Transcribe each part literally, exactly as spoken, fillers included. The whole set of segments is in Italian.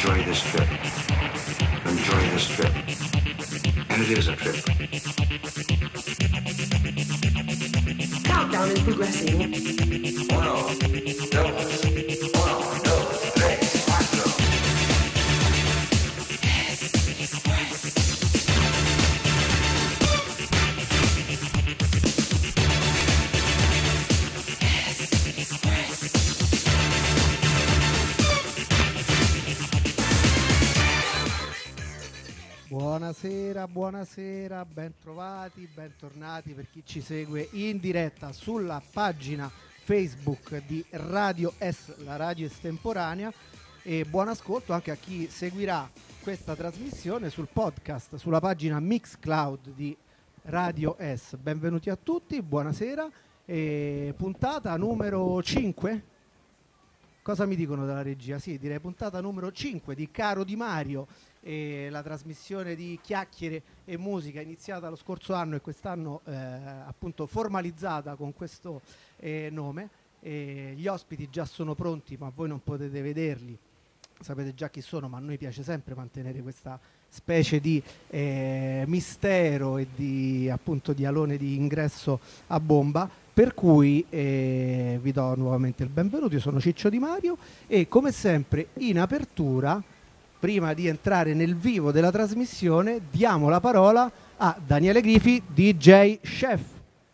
enjoy this trip. Enjoy this trip. And it is a trip. Countdown is progressing. Uno, dos, uno, dos, tres, cuatro. Buonasera, buonasera, bentrovati, bentornati per chi ci segue in diretta sulla pagina Facebook di Radio S, la radio estemporanea, e buon ascolto anche a chi seguirà questa trasmissione sul podcast, sulla pagina Mixcloud di Radio S. Benvenuti a tutti, buonasera, e puntata numero cinque. Cosa mi dicono dalla regia? Sì, direi puntata numero cinque di Caro Di Mario, e la trasmissione di chiacchiere e musica iniziata lo scorso anno e quest'anno eh, appunto formalizzata con questo eh, nome. E gli ospiti già sono pronti, ma voi non potete vederli, sapete già chi sono, ma a noi piace sempre mantenere questa specie di eh, mistero e di appunto di alone di ingresso a bomba, per cui eh, vi do nuovamente il benvenuto. Io sono Ciccio Di Mario e come sempre in apertura, prima di entrare nel vivo della trasmissione, diamo la parola a Daniele Grifi, D J Chef.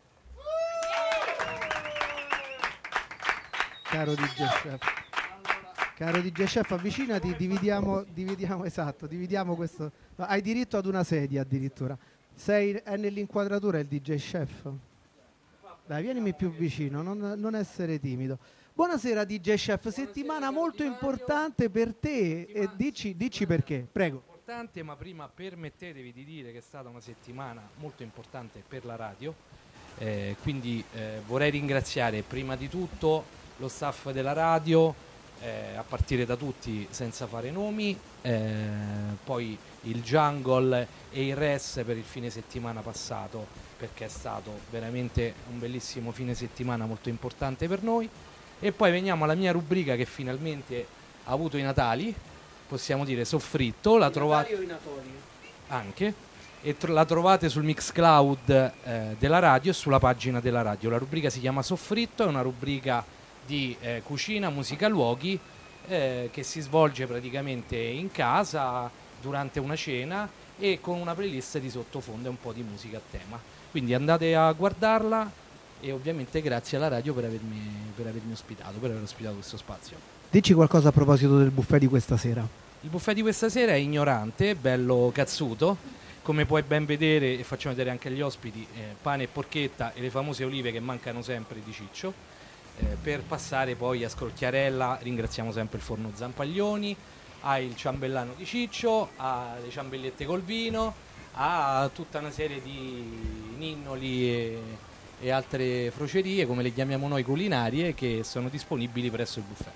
Caro D J Chef, caro D J Chef, avvicinati, dividiamo, dividiamo, esatto, dividiamo questo. No, hai diritto ad una sedia addirittura. Sei, è nell'inquadratura il D J Chef? Dai, vienimi più vicino, non, non essere timido. Buonasera D J Chef, buonasera, settimana molto importante per te, e dici, dici perché, prego. Importante, ma prima permettetevi di dire che è stata una settimana molto importante per la radio, eh, quindi eh, vorrei ringraziare prima di tutto lo staff della radio, eh, a partire da tutti senza fare nomi, eh, poi il Jungle e il Res per il fine settimana passato, perché è stato veramente un bellissimo fine settimana molto importante per noi. E poi veniamo alla mia rubrica che finalmente ha avuto i Natali, possiamo dire soffritto, la trovate o i Natali? Anche, e tro- la trovate sul Mixcloud eh, della radio e sulla pagina della radio. La rubrica si chiama Soffritto, è una rubrica di eh, cucina, musica, luoghi, eh, che si svolge praticamente in casa durante una cena e con una playlist di sottofondo e un po' di musica a tema. Quindi andate a guardarla. E ovviamente grazie alla radio per avermi, per avermi ospitato, per aver ospitato questo spazio. Dici qualcosa a proposito del buffet di questa sera. Il buffet di questa sera è ignorante, bello cazzuto, come puoi ben vedere, e facciamo vedere anche agli ospiti, eh, pane e porchetta e le famose olive che mancano sempre di Ciccio, eh, per passare poi a scrocchiarella. Ringraziamo sempre il forno Zampaglioni, ha il ciambellano di Ciccio, ha le ciambellette col vino, ha tutta una serie di ninnoli e e altre frocerie, come le chiamiamo noi, culinarie, che sono disponibili presso il buffet.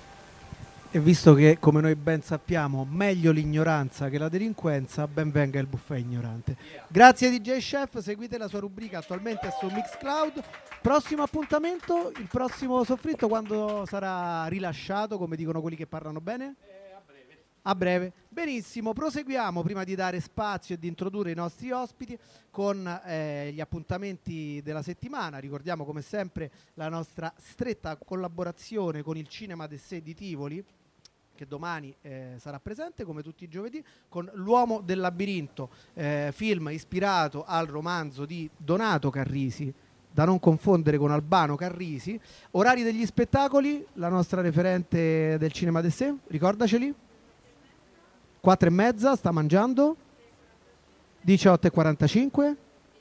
E visto che, come noi ben sappiamo, meglio l'ignoranza che la delinquenza, ben venga il buffet ignorante. Yeah. Grazie D J Chef, seguite la sua rubrica, attualmente su Mixcloud. Prossimo appuntamento, il prossimo soffritto quando sarà rilasciato, come dicono quelli che parlano bene? Eh, a breve. A breve. Benissimo, proseguiamo prima di dare spazio e di introdurre i nostri ospiti con eh, gli appuntamenti della settimana. Ricordiamo come sempre la nostra stretta collaborazione con il Cinema d'Essè di Tivoli, che domani eh, sarà presente come tutti i giovedì con L'Uomo del Labirinto, eh, film ispirato al romanzo di Donato Carrisi, da non confondere con Albano Carrisi. Orari degli spettacoli, la nostra referente del Cinema d'Essè, ricordaceli. quattro e mezza, sta mangiando, diciotto e quarantacinque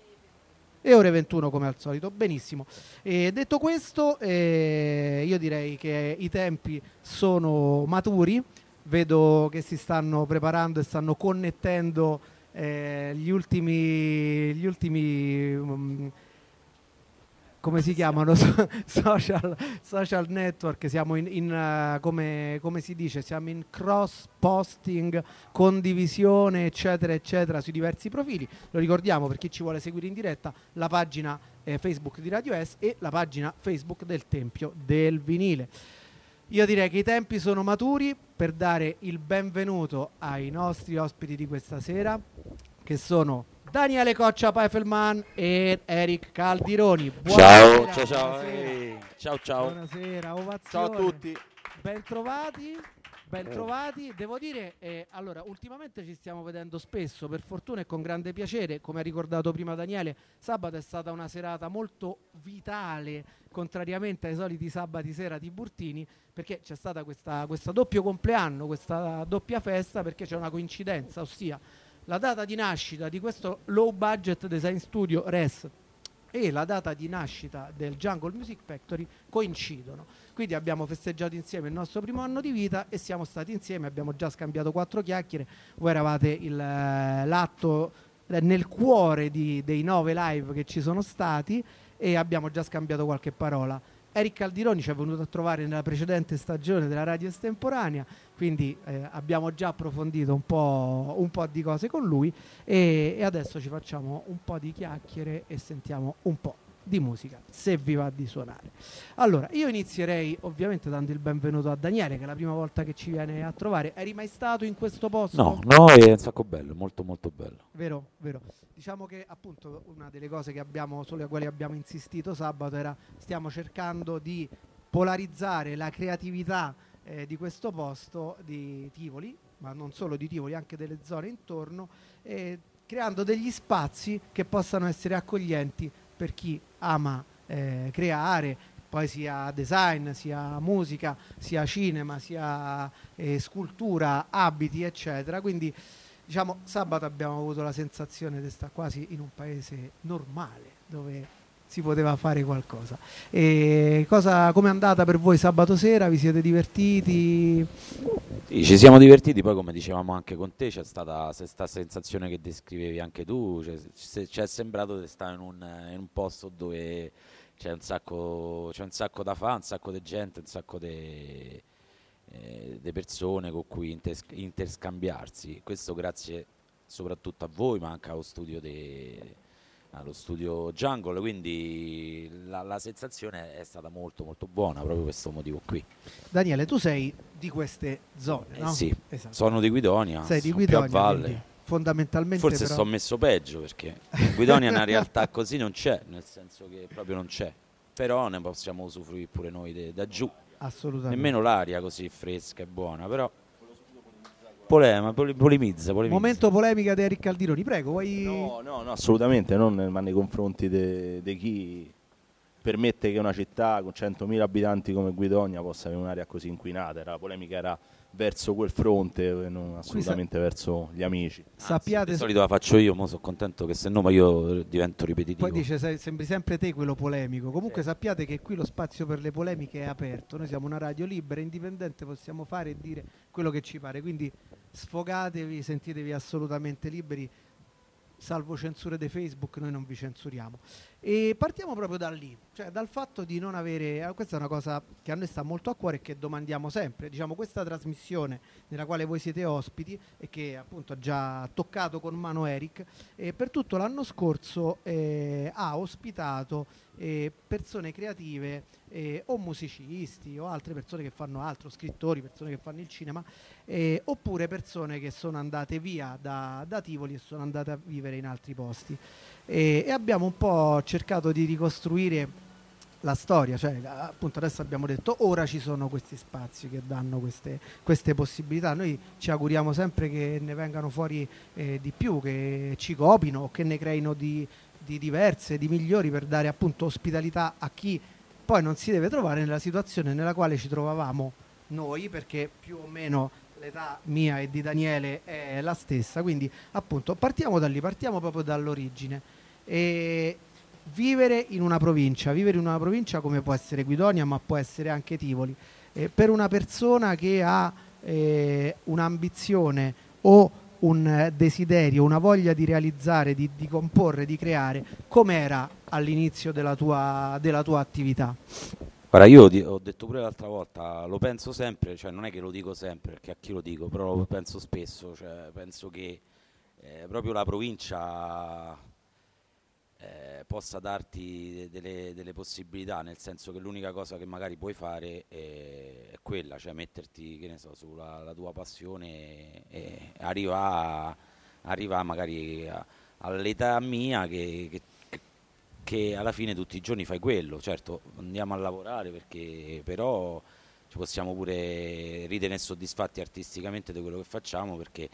e ore ventuno come al solito. Benissimo. E detto questo, eh, io direi che i tempi sono maturi, vedo che si stanno preparando e stanno connettendo eh, gli ultimi, gli ultimi um, come si chiamano? social, social network. Siamo in, in uh, come, come si dice, siamo in cross posting, condivisione eccetera eccetera sui diversi profili. Lo ricordiamo per chi ci vuole seguire in diretta: la pagina eh, Facebook di Radio S e la pagina Facebook del Tempio del Vinile. Io direi che i tempi sono maturi per dare il benvenuto ai nostri ospiti di questa sera, che sono Daniele Coccia Pfefferman e Eric Caldironi. Ciao, Buonasera, ciao, ciao, buonasera. ehi, ciao, ciao. Buonasera, ovazione. Ciao a tutti. Bentrovati, bentrovati. Devo dire, eh, allora, ultimamente ci stiamo vedendo spesso, per fortuna e con grande piacere. Come ha ricordato prima Daniele, sabato è stata una serata molto vitale, contrariamente ai soliti sabati sera tiburtini, perché c'è stata questa, questa doppio compleanno, questa doppia festa, perché c'è una coincidenza, ossia la data di nascita di questo low budget design studio R E S e la data di nascita del Jungle Music Factory coincidono. Quindi abbiamo festeggiato insieme il nostro primo anno di vita e siamo stati insieme, abbiamo già scambiato quattro chiacchiere. Voi eravate il, l'atto nel cuore di, dei nove live che ci sono stati e abbiamo già scambiato qualche parola. Eric Caldironi ci è venuto a trovare nella precedente stagione della Radio Estemporanea, quindi eh, abbiamo già approfondito un po', un po' di cose con lui e, e adesso ci facciamo un po' di chiacchiere e sentiamo un po' di musica, se vi va di suonare. Allora, io inizierei ovviamente dando il benvenuto a Daniele, che è la prima volta che ci viene a trovare. Eri mai stato in questo posto? No, no, è un sacco bello, molto molto bello. Vero, vero. Diciamo che appunto una delle cose che abbiamo, sulle quali abbiamo insistito sabato era stiamo cercando di polarizzare la creatività eh, di questo posto di Tivoli, ma non solo di Tivoli, anche delle zone intorno, eh, creando degli spazi che possano essere accoglienti per chi ama eh, creare, poi sia design, sia musica, sia cinema, sia eh, scultura, abiti, eccetera. Quindi diciamo sabato abbiamo avuto la sensazione di stare quasi in un paese normale dove si poteva fare qualcosa. E cosa, com'è andata per voi sabato sera? Vi siete divertiti? Sì, ci siamo divertiti, poi come dicevamo anche con te c'è stata questa sensazione che descrivevi anche tu, cioè, ci ci è sembrato di stare in un, in un posto dove c'è un sacco, c'è un sacco da fare, un sacco di gente, un sacco di eh, persone con cui intersc- interscambiarsi. Questo grazie soprattutto a voi, ma anche allo studio de, allo studio Jungle, quindi la, la sensazione è stata molto molto buona proprio per questo motivo qui. Daniele, tu sei di queste zone, Eh no? sì, Esatto. sono di Guidonia, Sei di sono Guidonia, più a valle. quindi fondamentalmente Forse però... sto messo peggio perché Guidonia una realtà così non c'è, nel senso che proprio non c'è, però ne possiamo usufruire pure noi de, da giù, Assolutamente. nemmeno l'aria così fresca e buona, però polema, pol- polemizza, polemizza. Momento polemica di Eric Caldironi, prego, vuoi... No, no, no, assolutamente non, ma nei confronti di chi permette che una città con centomila abitanti come Guidonia possa avere un'area così inquinata. Era, la polemica era verso quel fronte e non assolutamente verso gli amici. Sappiate... Di solito la faccio io, mo sono contento che se no ma io divento ripetitivo. Poi dice, sei- sembri sempre te quello polemico. Comunque Sì. sappiate che qui lo spazio per le polemiche è aperto. Noi siamo una radio libera, indipendente, possiamo fare e dire quello che ci pare. Quindi sfogatevi, sentitevi assolutamente liberi. Salvo censure di Facebook, noi non vi censuriamo. E partiamo proprio da lì, cioè dal fatto di non avere, eh, questa è una cosa che a noi sta molto a cuore e che domandiamo sempre, diciamo questa trasmissione nella quale voi siete ospiti e che appunto ha già toccato con mano Eric, eh, per tutto l'anno scorso eh, ha ospitato eh, persone creative eh, o musicisti o altre persone che fanno altro, scrittori, persone che fanno il cinema, eh, oppure persone che sono andate via da, da Tivoli e sono andate a vivere in altri posti. E, e abbiamo un po' cercato di ricostruire la storia, cioè appunto adesso abbiamo detto ora ci sono questi spazi che danno queste, queste possibilità, noi ci auguriamo sempre che ne vengano fuori eh, di più, che ci copino o che ne creino di, di diverse, di migliori, per dare appunto ospitalità a chi poi non si deve trovare nella situazione nella quale ci trovavamo noi, perché più o meno l'età mia e di Daniele è la stessa, quindi appunto partiamo da lì, partiamo proprio dall'origine. E vivere in una provincia, vivere in una provincia come può essere Guidonia, ma può essere anche Tivoli, eh, per una persona che ha eh, un'ambizione o un eh, desiderio, una voglia di realizzare, di, di comporre, di creare, com'era all'inizio della tua, della tua attività? Guarda, io di- ho detto pure l'altra volta, lo penso sempre, cioè non è che lo dico sempre, perché a chi lo dico, però lo penso spesso, cioè penso che eh, proprio la provincia eh, possa darti de- delle, delle possibilità, nel senso che l'unica cosa che magari puoi fare è, è quella, cioè metterti, che ne so, sulla la tua passione e, e arriva, arriva magari a- all'età mia che, che- che alla fine tutti i giorni fai quello. Certo, andiamo a lavorare perché però ci possiamo pure ritenere soddisfatti artisticamente di quello che facciamo, perché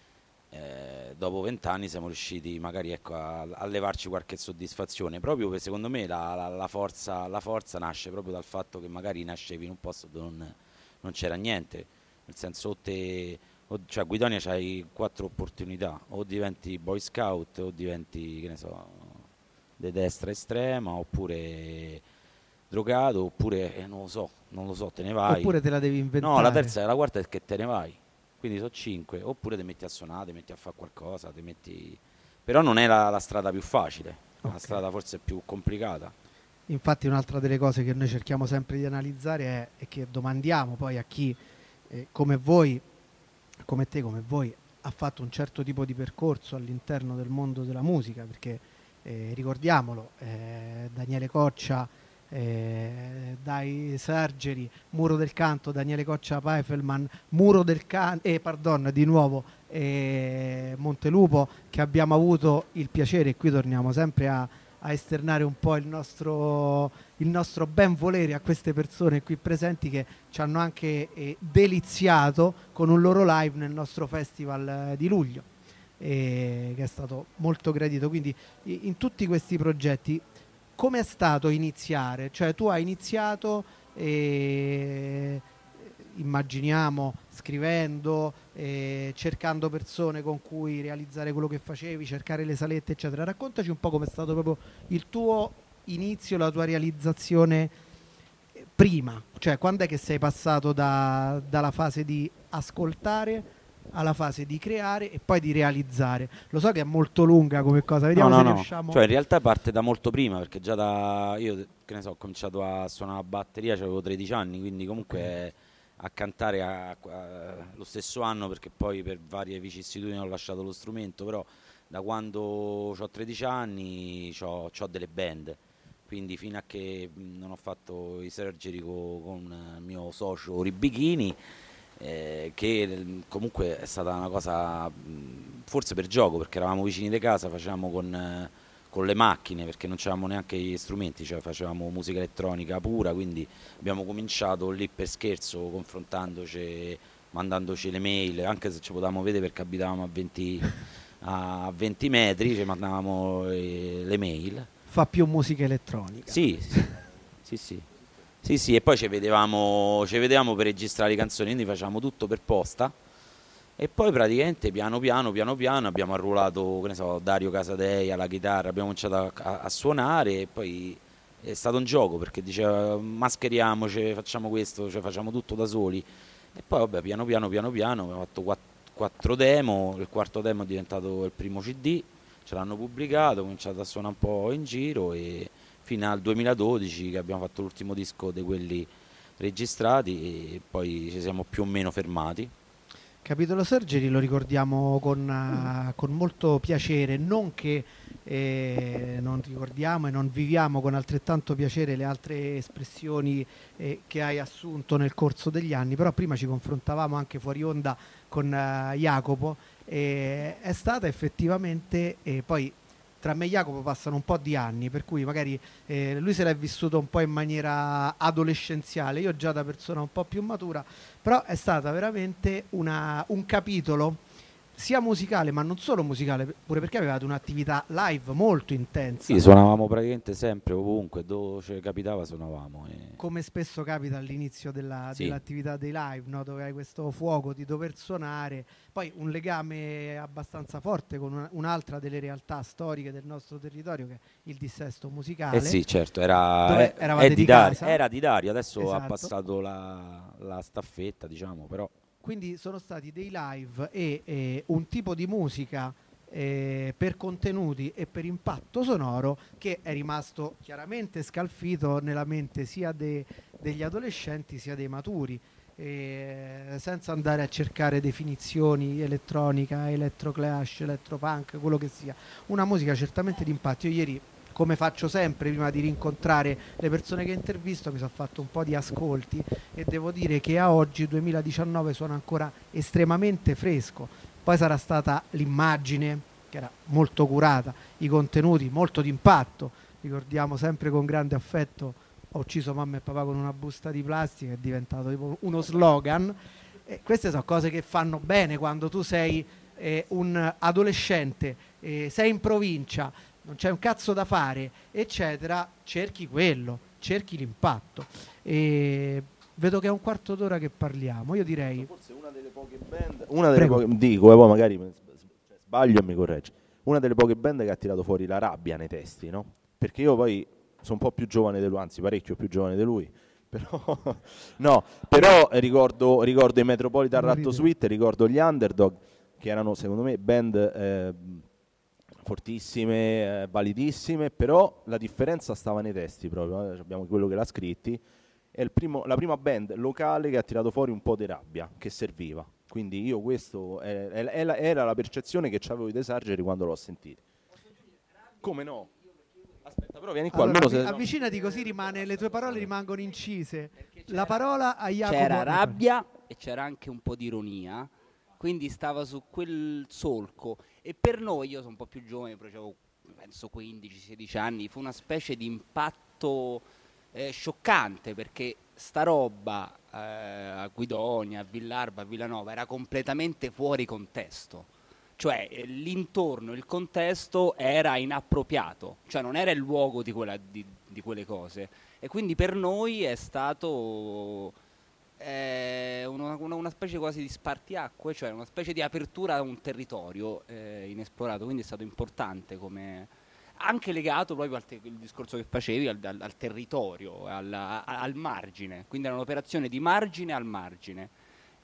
eh, dopo vent'anni siamo riusciti magari, ecco, a, a levarci qualche soddisfazione. Proprio per, secondo me la, la- la forza, la forza nasce proprio dal fatto che magari nascevi in un posto dove non, non c'era niente, nel senso o te, o- cioè a Guidonia c'hai quattro opportunità: o diventi boy scout, o diventi, che ne so, di destra estrema, oppure drogato, oppure eh, non lo so, non lo so, te ne vai. Oppure te la devi No, la inventare. terza e la quarta è che te ne vai. Quindi sono cinque. Oppure ti metti a suonare, ti metti a fare qualcosa, ti metti... Però non è la, la strada più facile, è la Ok. strada forse più complicata. Infatti un'altra delle cose che noi cerchiamo sempre di analizzare è, è che domandiamo poi a chi, eh, come voi, come te, come voi, ha fatto un certo tipo di percorso all'interno del mondo della musica, perché eh, ricordiamolo, eh, Daniele Coccia, eh, dai Sergeri, Muro del Canto, Daniele Coccia Pfeifferman, Muro del Canto, eh, pardon, di nuovo eh, Montelupo, che abbiamo avuto il piacere, e qui torniamo sempre a, a esternare un po' il nostro, il nostro ben volere a queste persone qui presenti che ci hanno anche eh, deliziato con un loro live nel nostro festival eh, di luglio, eh, che è stato molto gradito. Quindi i- in tutti questi progetti come è stato iniziare? Cioè tu hai iniziato, eh, immaginiamo, scrivendo, eh, cercando persone con cui realizzare quello che facevi, cercare le salette, eccetera. Raccontaci un po' come è stato proprio il tuo inizio, la tua realizzazione eh, prima. Cioè quando è che sei passato da- dalla fase di ascoltare alla fase di creare e poi di realizzare. Lo so che è molto lunga come cosa, No, vediamo no, se no. riusciamo. Cioè in realtà parte da molto prima, perché già da... Io, che ne so, ho cominciato a suonare la batteria, avevo tredici anni, quindi comunque a cantare a- a- lo stesso anno, perché poi per varie vicissitudini ho lasciato lo strumento, però da quando ho tredici anni ho delle band, quindi fino a che mh, non ho fatto i surgery co- con il mio socio Ribichini, eh, che eh, comunque è stata una cosa mh, forse per gioco, perché eravamo vicini di casa, facevamo con, eh, con le macchine, perché non c'avevamo neanche gli strumenti, cioè facevamo musica elettronica pura, quindi abbiamo cominciato lì per scherzo, confrontandoci, mandandoci le mail, anche se ci potevamo vedere perché abitavamo a venti, a venti metri, ci mandavamo eh, le mail. Fa più musica elettronica. Sì, sì, sì, sì. Sì, sì, e poi ci vedevamo, ci vedevamo per registrare le canzoni, quindi facevamo tutto per posta. E poi praticamente piano piano, piano piano abbiamo arruolato, che ne so, Dario Casadei alla chitarra, abbiamo cominciato a, a- a suonare, e poi è stato un gioco perché diceva mascheriamoci, facciamo questo, cioè facciamo tutto da soli. E poi vabbè, piano piano, piano piano abbiamo fatto quatt- quattro demo, il quarto demo è diventato il primo C D, ce l'hanno pubblicato, ho cominciato a suonare un po' in giro e fino al duemiladodici che abbiamo fatto l'ultimo disco di quelli registrati e poi ci siamo più o meno fermati. Capitolo Surgery lo ricordiamo con, eh, con molto piacere, non che eh, non ricordiamo e non viviamo con altrettanto piacere le altre espressioni eh, che hai assunto nel corso degli anni, però prima ci confrontavamo anche fuori onda con eh, Jacopo e è stata effettivamente, e poi tra me e Jacopo passano un po' di anni, per cui magari eh, lui se l'è vissuto un po' in maniera adolescenziale, io già da persona un po' più matura, però è stata veramente una- un capitolo sia musicale, ma non solo musicale, pure perché avevate un'attività live molto intensa, Sì, suonavamo praticamente sempre, ovunque, dove ci capitava suonavamo. E... come spesso capita all'inizio della- Sì. dell'attività dei live, no? Dove hai questo fuoco di dover suonare, poi un legame abbastanza forte con una- un'altra delle realtà storiche del nostro territorio, che è il dissesto musicale. Eh sì, certo, era, Dove è- eravate è di di Dario, casa. era di Dario, adesso ha Esatto. passato la, la staffetta, diciamo, però Quindi sono stati dei live e, e un tipo di musica eh, per contenuti e per impatto sonoro che è rimasto chiaramente scalfito nella mente sia de- degli adolescenti sia dei maturi. Eh, senza andare a cercare definizioni elettronica, electroclash, electropunk, quello che sia, una musica certamente di impatto. Io ieri come faccio sempre prima di rincontrare le persone che intervisto, mi sono fatto un po' di ascolti e devo dire che a oggi, duemiladiciannove, sono ancora estremamente fresco. Poi sarà stata l'immagine, che era molto curata, i contenuti molto d'impatto. Ricordiamo sempre con grande affetto "ho ucciso mamma e papà con una busta di plastica", è diventato tipo uno slogan. E queste sono cose che fanno bene quando tu sei eh, un adolescente, eh, sei in provincia, non c'è un cazzo da fare, eccetera, cerchi quello, cerchi l'impatto. E vedo che è un quarto d'ora che parliamo, io direi... Forse una delle poche band, una delle poche, dico, e poi magari sbaglio e mi corregge, una delle poche band che ha tirato fuori la rabbia nei testi, no? Perché io poi sono un po' più giovane di lui, anzi parecchio più giovane di lui, però no, però ricordo, ricordo i Metropolitan Ratto Suite, ricordo gli Underdog, che erano secondo me band eh, fortissime, eh, validissime, però la differenza stava nei testi proprio, eh. Abbiamo quello che l'ha scritti, è il primo, la prima band locale che ha tirato fuori un po' di rabbia, che serviva, quindi io questo è, è, è la, era la percezione che avevo di De Sargeri quando l'ho sentito. Come no? Aspetta, però vieni qua, allora, almeno se... avvicinati così rimane, le tue parole rimangono incise. La parola a Jacopo. C'era rabbia e c'era anche un po' di ironia, quindi stava su quel solco, e per noi, io sono un po' più giovane, però avevo penso quindici sedici anni, fu una specie di impatto eh, scioccante, perché sta roba eh, a Guidonia, a Villarba, a Villanova era completamente fuori contesto. Cioè l'intorno, il contesto era inappropriato, cioè non era il luogo di, quella, di, di quelle cose, e quindi per noi è stato eh, una, una, una specie quasi di spartiacque, cioè una specie di apertura a un territorio eh, inesplorato, quindi è stato importante, come anche legato proprio al te- il discorso che facevi, al, al, al territorio, al, a, al margine, quindi era un'operazione di margine al margine.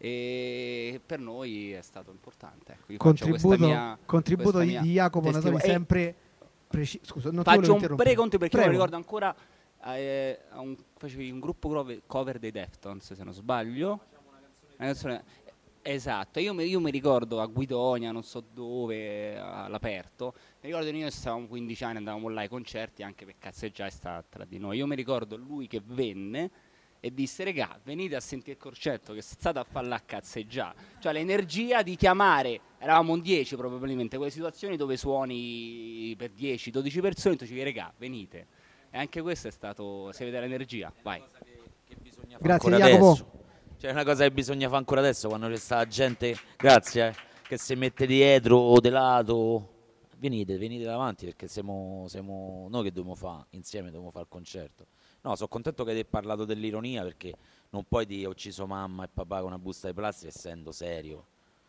E per noi è stato importante. Ecco, contributo mia, contributo di, di Jacopo Natali sempre preci- scusa, non faccio un pre-conto perché Prego. io mi ricordo ancora eh, un, facevi un gruppo cover dei Deftones, se non sbaglio, una canzone, esatto, io mi, io mi ricordo a Guidonia, non so dove, all'aperto, mi ricordo che noi stavamo quindici anni, andavamo là ai concerti, anche per cazzeggiare sta tra di noi. Io mi ricordo lui che venne e disse: regà, venite a sentire il concerto che state a fare là cazzeggiare. Cioè l'energia di chiamare, eravamo un dieci probabilmente, quelle situazioni dove suoni per dieci dodici persone, tu ci dici: regà, venite. E anche questo è stato, si vede l'energia, vai. Che, che bisogna fare grazie ancora Jacopo. Adesso. Cioè è una cosa che bisogna fare ancora adesso, quando c'è sta gente, grazie, eh, che si mette dietro o di lato. Venite, venite davanti, perché siamo, siamo noi che dobbiamo fare, insieme dobbiamo fare il concerto. No, sono contento che hai parlato dell'ironia, perché non puoi dire ho ucciso mamma e papà con una busta di plastica essendo serio.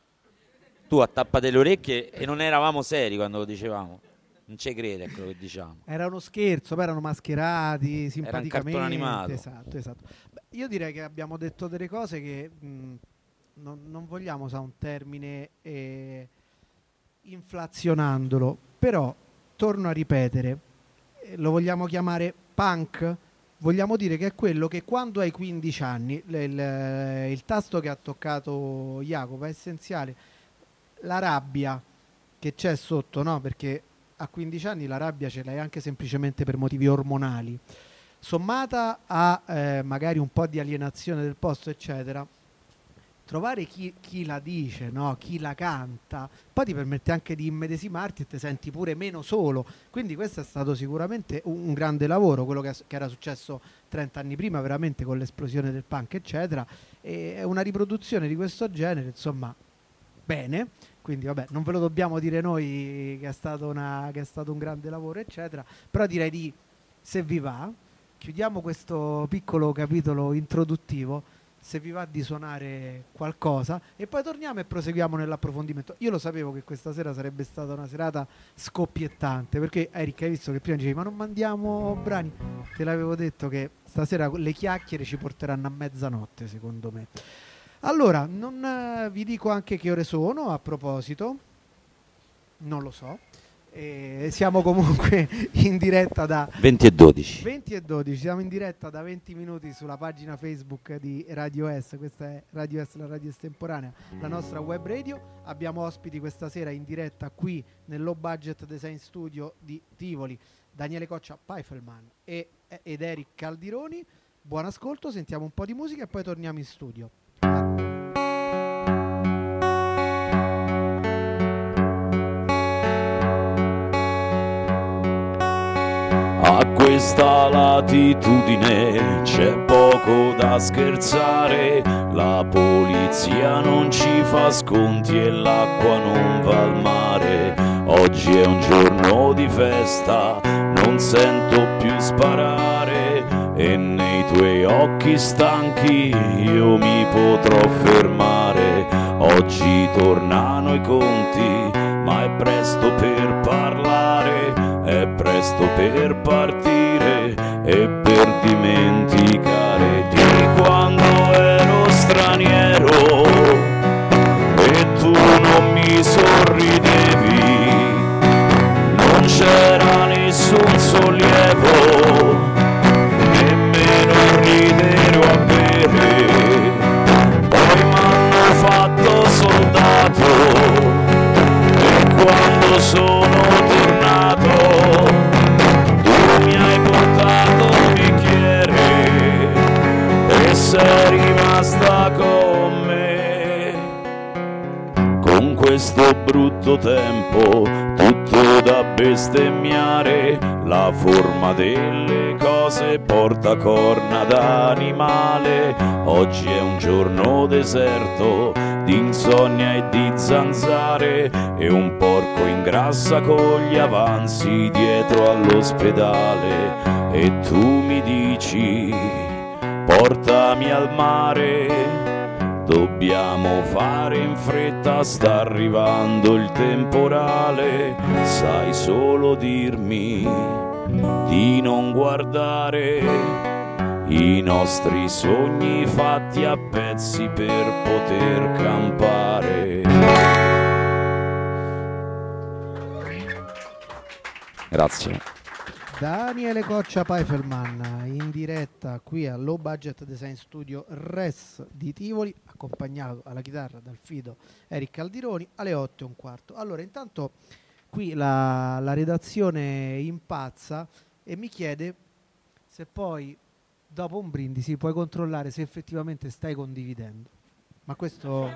Tu attappate le orecchie e non eravamo seri quando lo dicevamo. Non ci crede a quello che diciamo. Era uno scherzo, poi erano mascherati simpaticamente. Era un cartone animato. Esatto, esatto. Beh, io direi che abbiamo detto delle cose che mh, non, non vogliamo usare un termine eh, inflazionandolo, però torno a ripetere, eh, lo vogliamo chiamare punk? Vogliamo dire che è quello che quando hai quindici anni, il, il, il tasto che ha toccato Jacopo è essenziale, la rabbia che c'è sotto, no? Perché a quindici anni la rabbia ce l'hai anche semplicemente per motivi ormonali, sommata a eh, magari un po' di alienazione del posto, eccetera. Trovare chi, chi la dice, no? Chi la canta, poi ti permette anche di immedesimarti e ti senti pure meno solo. Quindi questo è stato sicuramente un, un grande lavoro, quello che, che era successo trenta anni prima, veramente con l'esplosione del punk, eccetera. E è una riproduzione di questo genere, insomma, bene. Quindi vabbè, non ve lo dobbiamo dire noi che è stato, una, che è stato un grande lavoro, eccetera. Però direi di, se vi va, chiudiamo questo piccolo capitolo introduttivo, se vi va di suonare qualcosa e poi torniamo e proseguiamo nell'approfondimento. Io lo sapevo che questa sera sarebbe stata una serata scoppiettante, perché Eric, hai visto che prima dicevi ma non mandiamo brani? Te l'avevo detto che stasera le chiacchiere ci porteranno a mezzanotte, secondo me. Allora, non eh, vi dico anche che ore sono, a proposito, non lo so. E siamo comunque in diretta da venti e dodici. venti e dodici, siamo in diretta da venti minuti sulla pagina Facebook di Radio S. Questa è Radio S, la radio estemporanea, la nostra web radio. Abbiamo ospiti questa sera in diretta qui nel Low Budget Design Studio di Tivoli, Daniele Coccia Pfeifferman e, ed Eric Caldironi. Buon ascolto, sentiamo un po' di musica e poi torniamo in studio. A questa latitudine c'è poco da scherzare, la polizia non ci fa sconti e l'acqua non va al mare. Oggi è un giorno di festa, non sento più sparare e nei tuoi occhi stanchi io mi potrò fermare. Oggi tornano i conti, ma è presto per parlare, è presto per partire e per dimenticare di quando ero straniero e tu non mi sorridevi, non c'era nessun sollievo, nemmeno ridere o a bere, poi m'hanno fatto soldato e quando sono tornato tu mi hai portato un bicchiere e sei rimasta con me. Con questo brutto tempo tutto da bestemmiare, la forma delle cose porta corna d'animale. Oggi è un giorno deserto di insonnia e di zanzare e un porco ingrassa con gli avanzi dietro all'ospedale e tu mi dici portami al mare, dobbiamo fare in fretta, sta arrivando il temporale, sai solo dirmi di non guardare i nostri sogni fatti a pezzi per poter campare. Grazie. Daniele Coccia Pfeifferman in diretta qui al Low Budget Design Studio R E S di Tivoli, accompagnato alla chitarra dal fido Eric Caldironi alle otto e un quarto. Allora, intanto qui la, la redazione impazza e mi chiede se poi dopo un brindisi puoi controllare se effettivamente stai condividendo. Ma questo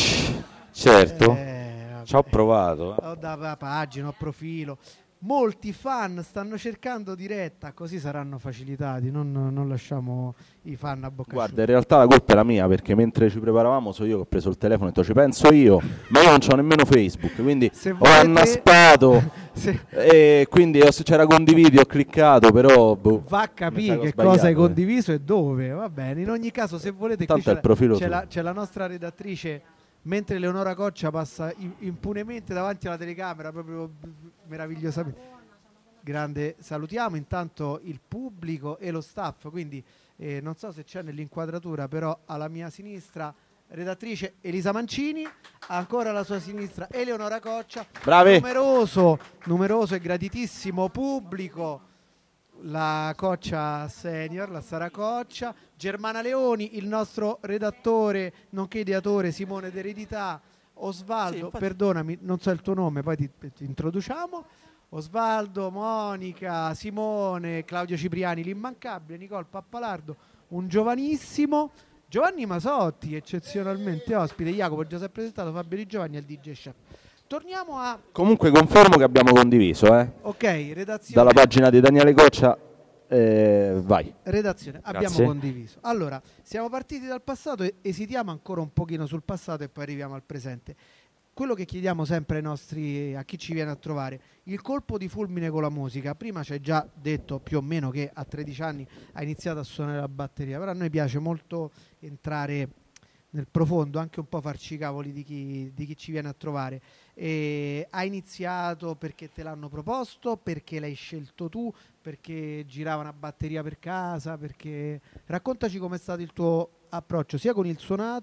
certo, eh, ci ho provato. Ho da pagina, ho profilo. Molti fan stanno cercando diretta, così saranno facilitati, non, non lasciamo i fan a bocca Guarda, asciutta. in realtà la colpa è la mia, perché mentre ci preparavamo so io che ho preso il telefono e ho detto ci penso io, ma io non c'ho nemmeno Facebook, quindi Se ho volete- annaspato Se- e quindi ho- c'era condividi, ho cliccato, però boh, va a mi sa capire ho che sbagliato, cosa hai eh. condiviso e dove. Va bene, in ogni caso, se volete, qui Tanto è c'è, il profilo c'è, suo. la, c'è la nostra redattrice, mentre Leonora Coccia passa in- impunemente davanti alla telecamera, proprio meravigliosamente. Grande, salutiamo intanto il pubblico e lo staff, quindi eh, non so se c'è nell'inquadratura, però alla mia sinistra redattrice Elisa Mancini, ancora alla sua sinistra Eleonora Coccia, Bravi. numeroso, numeroso e graditissimo pubblico, la Coccia Senior, la Sara Coccia, Germana Leoni, il nostro redattore nonché ideatore Simone d'Eredità, Osvaldo, Sì, infatti- perdonami, non so il tuo nome, poi ti, ti introduciamo. Osvaldo, Monica, Simone, Claudio Cipriani, l'immancabile, Nicole Pappalardo, un giovanissimo Giovanni Masotti, eccezionalmente ospite. Jacopo già si è presentato, Fabio Di Giovanni e il D J Chef. Torniamo a Comunque confermo che abbiamo condiviso, eh. ok, redazione. Dalla pagina di Daniele Coccia, eh, vai. Redazione, abbiamo Grazie. condiviso. Allora, siamo partiti dal passato e esitiamo ancora un pochino sul passato e poi arriviamo al presente. Quello che chiediamo sempre ai nostri, a chi ci viene a trovare, il colpo di fulmine con la musica. Prima ci hai già detto più o meno che a tredici anni hai iniziato a suonare la batteria, però a noi piace molto entrare nel profondo, anche un po' farci i cavoli di chi, di chi ci viene a trovare. E hai iniziato perché te l'hanno proposto, perché l'hai scelto tu, perché girava una batteria per casa, perché... Raccontaci com'è stato il tuo approccio sia con il suonato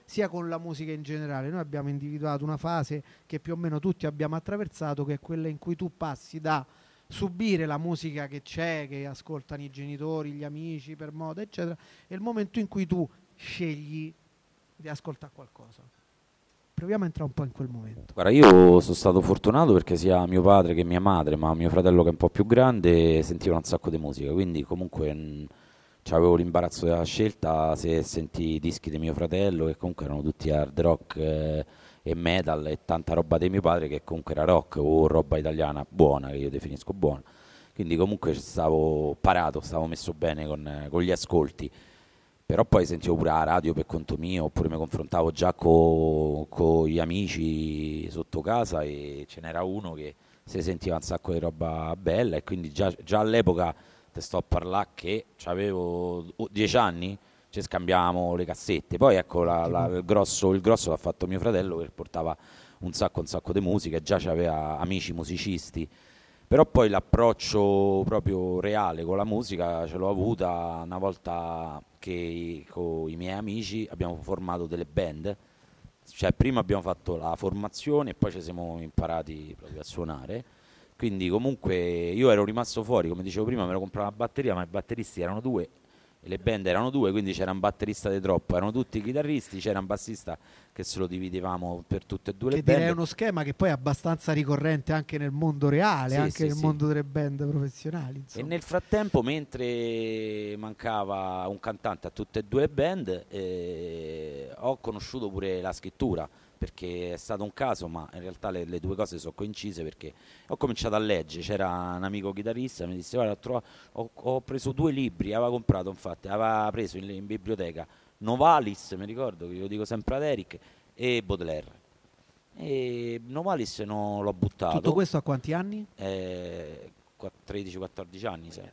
sia con la musica in generale. Noi abbiamo individuato una fase che più o meno tutti abbiamo attraversato, che è quella in cui tu passi da subire la musica che c'è, che ascoltano i genitori, gli amici per moda, eccetera, e il momento in cui tu scegli di ascoltare qualcosa. Proviamo a entrare un po' in quel momento. Guarda, io sono stato fortunato perché sia mio padre che mia madre, ma mio fratello che è un po' più grande, sentivano un sacco di musica, quindi comunque mh, avevo l'imbarazzo della scelta se senti i dischi di mio fratello, che comunque erano tutti hard rock eh, e metal, e tanta roba di mio padre che comunque era rock o roba italiana buona, che io definisco buona. Quindi comunque stavo parato, stavo messo bene con, eh, con gli ascolti. Però poi sentivo pure la radio per conto mio, oppure mi confrontavo già con gli amici sotto casa, e ce n'era uno che si sentiva un sacco di roba bella, e quindi già, già all'epoca te sto a parlare che avevo dieci anni, ci scambiavamo le cassette. Poi ecco la, la, il grosso il grosso l'ha fatto mio fratello, che portava un sacco un sacco di musica, e già c'aveva amici musicisti. Però poi l'approccio proprio reale con la musica ce l'ho avuta una volta che con i miei amici abbiamo formato delle band. Cioè prima abbiamo fatto la formazione e poi ci siamo imparati proprio a suonare. Quindi comunque io ero rimasto fuori, come dicevo prima, me ero comprato una batteria, ma i batteristi erano due e le band erano due, quindi c'era un batterista di troppo, erano tutti chitarristi, c'era un bassista che se lo dividevamo per tutte e due le che band. direi è uno schema che poi è abbastanza ricorrente anche nel mondo reale, Sì, anche sì, nel sì. mondo delle band professionali, insomma. E nel frattempo, mentre mancava un cantante a tutte e due le band, eh, ho conosciuto pure la scrittura, perché è stato un caso, ma in realtà le, le due cose sono coincise, perché ho cominciato a leggere. C'era un amico chitarrista, mi disse: guarda, ho, trovato, ho, ho preso due libri, aveva comprato, infatti, aveva preso in, in biblioteca Novalis, mi ricordo, che lo dico sempre ad Eric, e Baudelaire. E Novalis non l'ho buttato. Tutto questo a quanti anni? Eh, tredici quattordici anni, sì.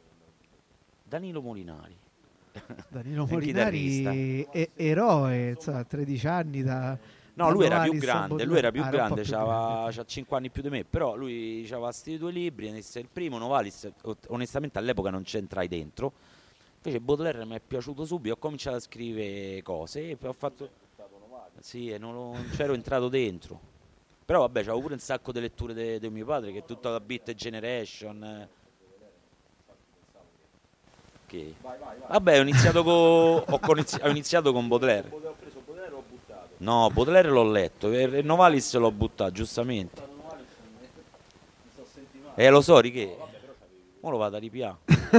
Danilo Molinari. Danilo È Molinari, e- eroe, insomma, tredici anni da... No, da lui era più Novalis a grande, lui era più Ah, un po' grande, più c'aveva, grande. c'ha cinque anni più di me, però lui aveva questi due libri, e disse il primo, Novalis, o- onestamente all'epoca non c'entrai dentro, invece Baudelaire mi è piaciuto subito, ho cominciato a scrivere cose e poi ho fatto... Sì, e non, lo- non c'ero entrato dentro. Però vabbè, c'avevo pure un sacco di letture di mio padre, che è tutta la Beat Generation. eh. Che... Vabbè, ho iniziato con, ho, con- ho iniziato con Baudelaire. No, Baudelaire l'ho letto, e e Novalis l'ho buttato, giustamente. Eh, lo so, di che? Ora lo vado a ripiare.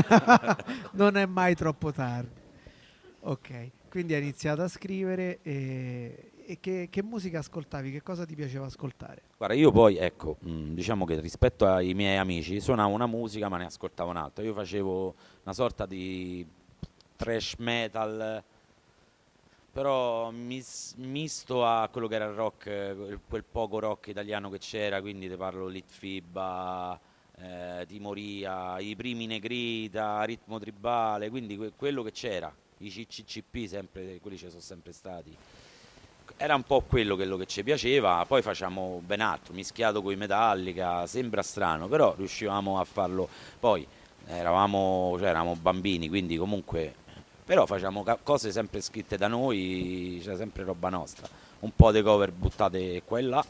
Non è mai troppo tardi. Ok, quindi hai iniziato a scrivere e, e che, che musica ascoltavi? Che cosa ti piaceva ascoltare? Guarda, io poi, ecco, mh, diciamo che rispetto ai miei amici suonavo una musica ma ne ascoltavo un'altra. Io facevo una sorta di thrash metal, però mis- misto a quello che era il rock, eh, quel, quel poco rock italiano che c'era, quindi te parlo Litfiba, eh, Timoria, i primi Negrita, Ritmo Tribale, quindi que- quello che c'era, i C C C P, sempre, quelli ci sono sempre stati. Era un po' quello, quello che ci piaceva, poi facciamo ben altro, mischiato con i Metallica, sembra strano, però riuscivamo a farlo. Poi eravamo, cioè, eravamo bambini, quindi comunque, però facciamo ca- cose sempre scritte da noi, c'era sempre roba nostra, un po' di cover buttate qua e là.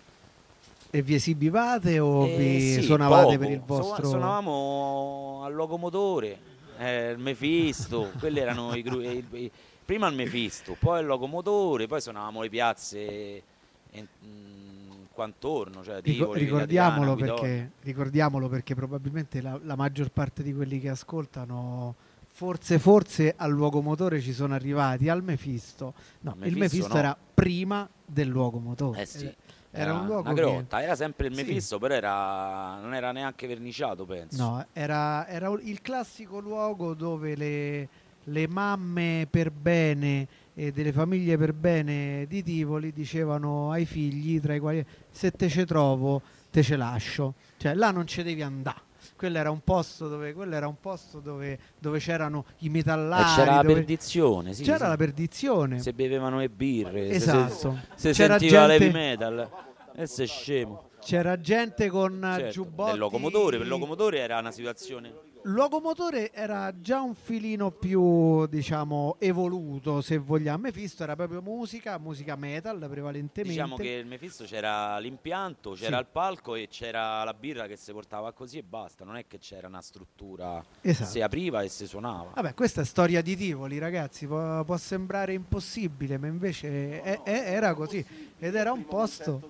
E vi esibivate o Eh, vi sì, suonavate poco. per il Suona- vostro... Suonavamo al Locomotore, eh, il Mefisto, quelli erano i gruppi. Prima il Mefisto, poi il Locomotore, poi suonavamo le piazze in, in quantorno, cioè Rico- Tivoli, ricordiamolo, Villa Diana, perché, ricordiamolo perché probabilmente la, la maggior parte di quelli che ascoltano, forse forse al luogo motore ci sono arrivati, al Mefisto. No, il Mefisto Mefisto no. era prima del luogo motore. Eh sì, Era un luogo una che- grotta, era sempre il Sì. Mefisto, però era, non era neanche verniciato, penso. No, era, era un- il classico luogo dove le, le mamme per bene e delle famiglie per bene di Tivoli dicevano ai figli, tra i quali se te ce trovo te ce lascio, cioè là non ci devi andare. Quello era un posto dove, quello era un posto dove, dove c'erano i E metallari, c'era la dove- perdizione, sì, c'era sì. la perdizione. Se bevevano le birre, se- Esatto. se, se C'era sentiva gente- l'heavy metal, e sei scemo. C'era gente con Certo, giubbotti del locomotore, per il locomotore era una situazione Luogo Motore era già un filino più, diciamo, evoluto, se vogliamo. Mephisto era proprio musica, musica metal prevalentemente. Diciamo che il Mephisto c'era l'impianto, c'era Sì. il palco e c'era la birra che si portava così e basta. Non è che c'era una struttura, Esatto. si apriva e si suonava. Vabbè, questa è storia di Tivoli, ragazzi, può, può sembrare impossibile, ma invece è- è- era così. Ed era un posto...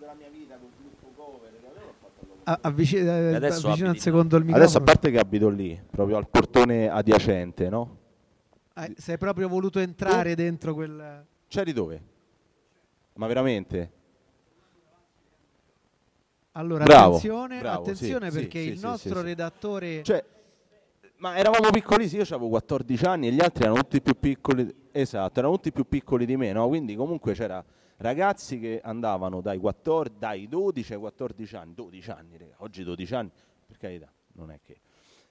A- avvici- eh, adesso avvicina al abiti secondo il microfono. Adesso, a parte che abito lì, proprio al portone adiacente, no? Eh, sei proprio voluto entrare dentro quel... C'eri dove? Ma veramente? Allora, Bravo, attenzione, bravo, attenzione sì, perché sì, il sì, nostro sì, sì. redattore... Cioè, ma eravamo piccolissimi, io avevo quattordici anni e gli altri erano tutti più piccoli. Esatto, erano tutti più piccoli di me, no? Quindi comunque c'era ragazzi che andavano dai, quattordici, dai dodici ai quattordici anni, dodici anni, raga, oggi dodici anni, per carità, non è che...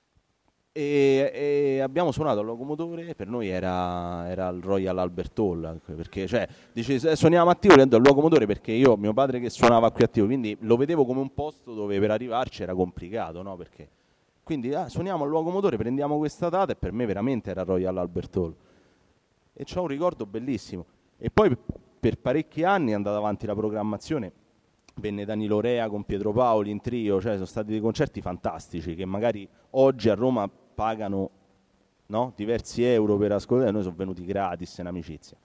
E, e abbiamo suonato al Locomotore, per noi era, era il Royal Albert Hall, perché cioè, dice, "Se suoniamo a Tivoli", al Locomotore, perché io, mio padre che suonava qui a Tivoli, quindi lo vedevo come un posto dove per arrivarci era complicato, no? Perché, quindi ah, suoniamo al Locomotore, prendiamo questa data e per me veramente era Royal Albert Hall. E c'ho un ricordo bellissimo. E poi per parecchi anni è andata avanti la programmazione, venne Danilo Rea con Pietro Paoli in trio, cioè sono stati dei concerti fantastici che magari oggi a Roma pagano, no, diversi euro per ascoltare, noi sono venuti gratis in amicizia.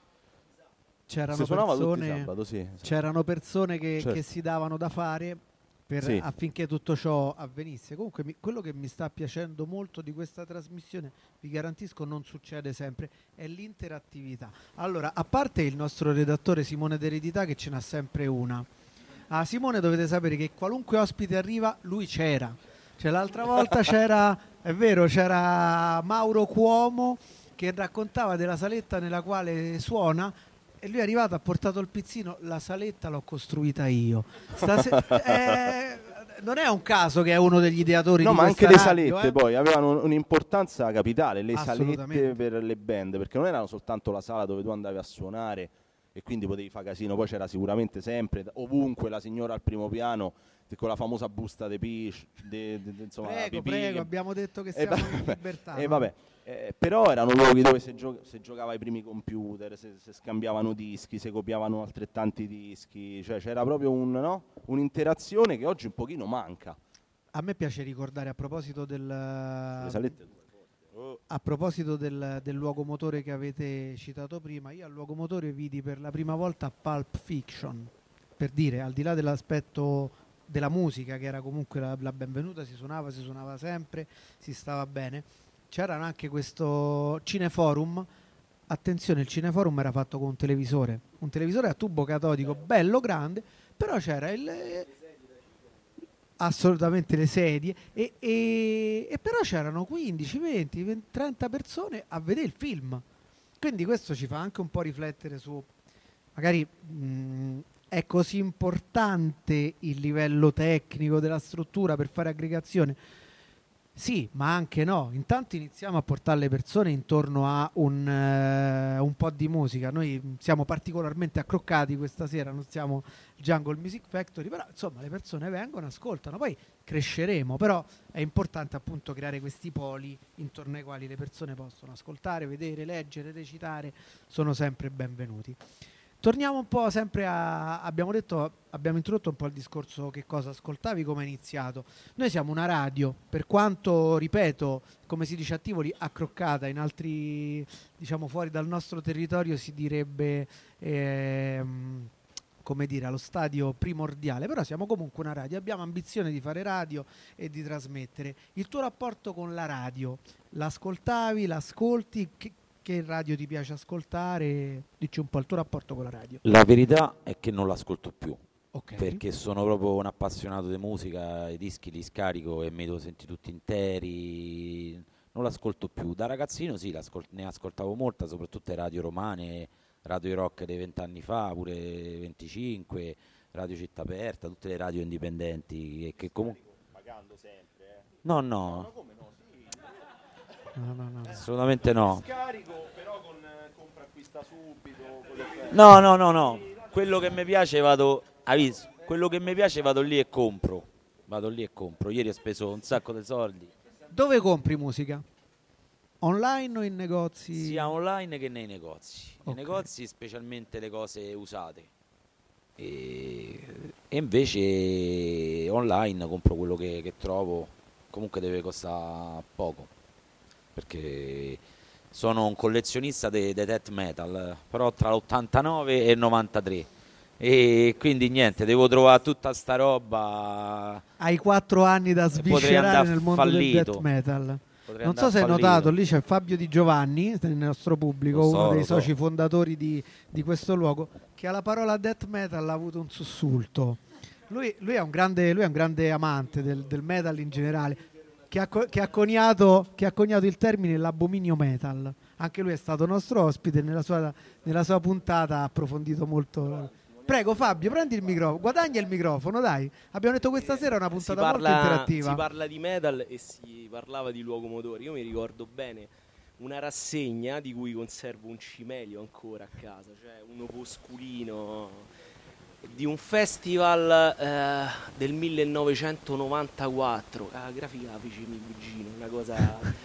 C'erano Si suonava tutti i persone, sabato, sì, esatto. c'erano persone che, Certo. che si davano da fare per- Sì. affinché tutto ciò avvenisse. Comunque mi- quello che mi sta piacendo molto di questa trasmissione, vi garantisco non succede sempre, è l'interattività. Allora, a parte il nostro redattore Simone D'Eredità che ce n'ha sempre una, a Simone dovete sapere che qualunque ospite arriva, lui c'era. Cioè l'altra volta c'era, è vero, c'era Mauro Cuomo che raccontava della saletta nella quale suona e lui è arrivato, ha portato il pizzino, la saletta l'ho costruita io. Stase- eh, non è un caso che è uno degli ideatori No, di ma questa anche le radio, salette eh. poi avevano un'importanza capitale, le salette Assolutamente. per le band, perché non erano soltanto la sala dove tu andavi a suonare e quindi potevi fare casino, poi c'era sicuramente sempre, ovunque, la signora al primo piano con la famosa busta de pisci, de, de, de, insomma, la Prego, pipì, prego, che- abbiamo detto che E siamo va- in libertà. e no? vabbè, eh, però erano luoghi dove si, gio- si giocava ai primi computer, si, si scambiavano dischi, si copiavano altrettanti dischi, cioè c'era proprio un, no? un'interazione che oggi un pochino manca. A me piace ricordare a proposito del... Le salette A proposito del, del luogo motore che avete citato prima, io al luogo motore vidi per la prima volta Pulp Fiction, per dire, al di là dell'aspetto della musica, che era comunque la, la benvenuta, si suonava, si suonava sempre, si stava bene, c'era anche questo cineforum. Attenzione, il cineforum era fatto con un televisore, un televisore a tubo catodico bello grande, però c'era il... assolutamente le sedie e, e- e però c'erano quindici, venti, venti, trenta persone a vedere il film, quindi questo ci fa anche un po' riflettere su magari mh, è così importante il livello tecnico della struttura per fare aggregazione. Sì, ma anche no. Intanto iniziamo a portare le persone intorno a un, eh, un po' di musica. Noi mh, siamo particolarmente accroccati questa sera, non siamo Jungle Music Factory, però insomma le persone vengono, ascoltano, poi cresceremo, però è importante appunto creare questi poli intorno ai quali le persone possono ascoltare, vedere, leggere, recitare, sono sempre benvenuti. Torniamo un po' sempre a... abbiamo detto, abbiamo introdotto un po' il discorso che cosa ascoltavi, come è iniziato. Noi siamo una radio, per quanto, ripeto, come si dice a Tivoli, accroccata, in altri, diciamo fuori dal nostro territorio si direbbe, ehm, come dire, allo stadio primordiale, però siamo comunque una radio, abbiamo ambizione di fare radio e di trasmettere. Il tuo rapporto con la radio, l'ascoltavi, l'ascolti? Che, che radio ti piace ascoltare? Dici un po' il tuo rapporto con la radio. La verità è che non l'ascolto più, Ok. perché sono proprio un appassionato di musica, i dischi li scarico e mi devo sentire tutti interi, non l'ascolto più. Da ragazzino sì, l'ascol- ne ascoltavo molta, soprattutto le radio romane, Radio Rock dei vent'anni fa, pure venticinque, Radio Città Aperta, tutte le radio indipendenti che, che comunque... Pagando sempre, eh. No, no, Come no? Sì. No, no, no. assolutamente no. Scarico, però con eh, compra acquista subito, con le offerte. No, no, no, no. Quello che mi piace vado, hai visto? Quello che mi piace vado lì e compro. Vado lì e compro. Ieri ho speso un sacco di soldi. Dove compri musica? Online o in negozi? Sia online che nei negozi. Nei Ok. negozi specialmente le cose usate. E, e invece online compro quello che, che trovo, comunque deve costare poco, perché sono un collezionista dei de death metal, però tra l'ottantanove e il novantatré. E quindi niente, devo trovare tutta sta roba. Hai quattro anni da E potrei sviscerare andare nel mondo del fallito. death metal. Potrei Non so andare se hai fallito. notato, lì c'è Fabio Di Giovanni nel nostro pubblico, Lo so, uno dei lo so. soci fondatori di, di questo luogo, che alla parola death metal ha avuto un sussulto. Lui, lui è un grande, lui è un grande amante del, del metal in generale, che ha, co- che ha coniato, che ha coniato il termine l'abominio metal. Anche lui è stato nostro ospite e nella sua, nella sua puntata ha approfondito molto. Prego Fabio, prendi il microfono, guadagna il microfono, dai. Abbiamo detto questa sera è una Si puntata molto parla, interattiva. si parla di metal e si parlava di luogo motore. Io mi ricordo bene una rassegna di cui conservo un cimelio ancora a casa, cioè un opusculino di un festival eh, del millenovecentonovantaquattro. La grafica la fece mio cugino, una cosa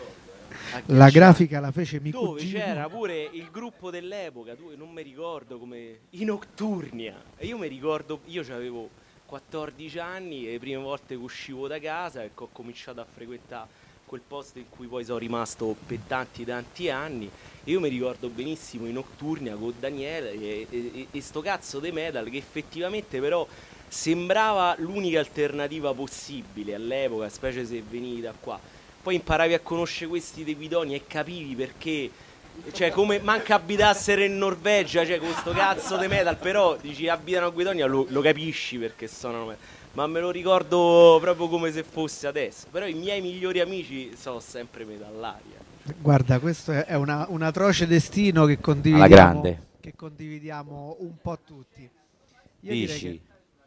La agghiacciante. grafica la fece mio Dove cugino. c'era pure il gruppo dell'epoca, tu non mi ricordo come i Nocturnia. E io mi ricordo, io avevo quattordici anni e le prime volte che uscivo da casa e che ho cominciato a frequentare quel posto in cui poi sono rimasto per tanti tanti anni. E io mi ricordo benissimo i Nocturnia con Daniele e, e, e sto cazzo di metal che effettivamente però sembrava l'unica alternativa possibile all'epoca, specie se venivi da qua. Poi imparavi a conoscere questi dei Guidonia e capivi perché, cioè come manca abitassero in Norvegia, cioè con sto cazzo di metal, però dici abitano a Guidonia, lo, lo capisci perché sono metal. Ma me lo ricordo proprio come se fosse adesso. Però i miei migliori amici sono sempre metallari. eh. Guarda, questo è una- un atroce destino che Alla condividiamo, grande. che condividiamo un po' tutti. Io Dici? direi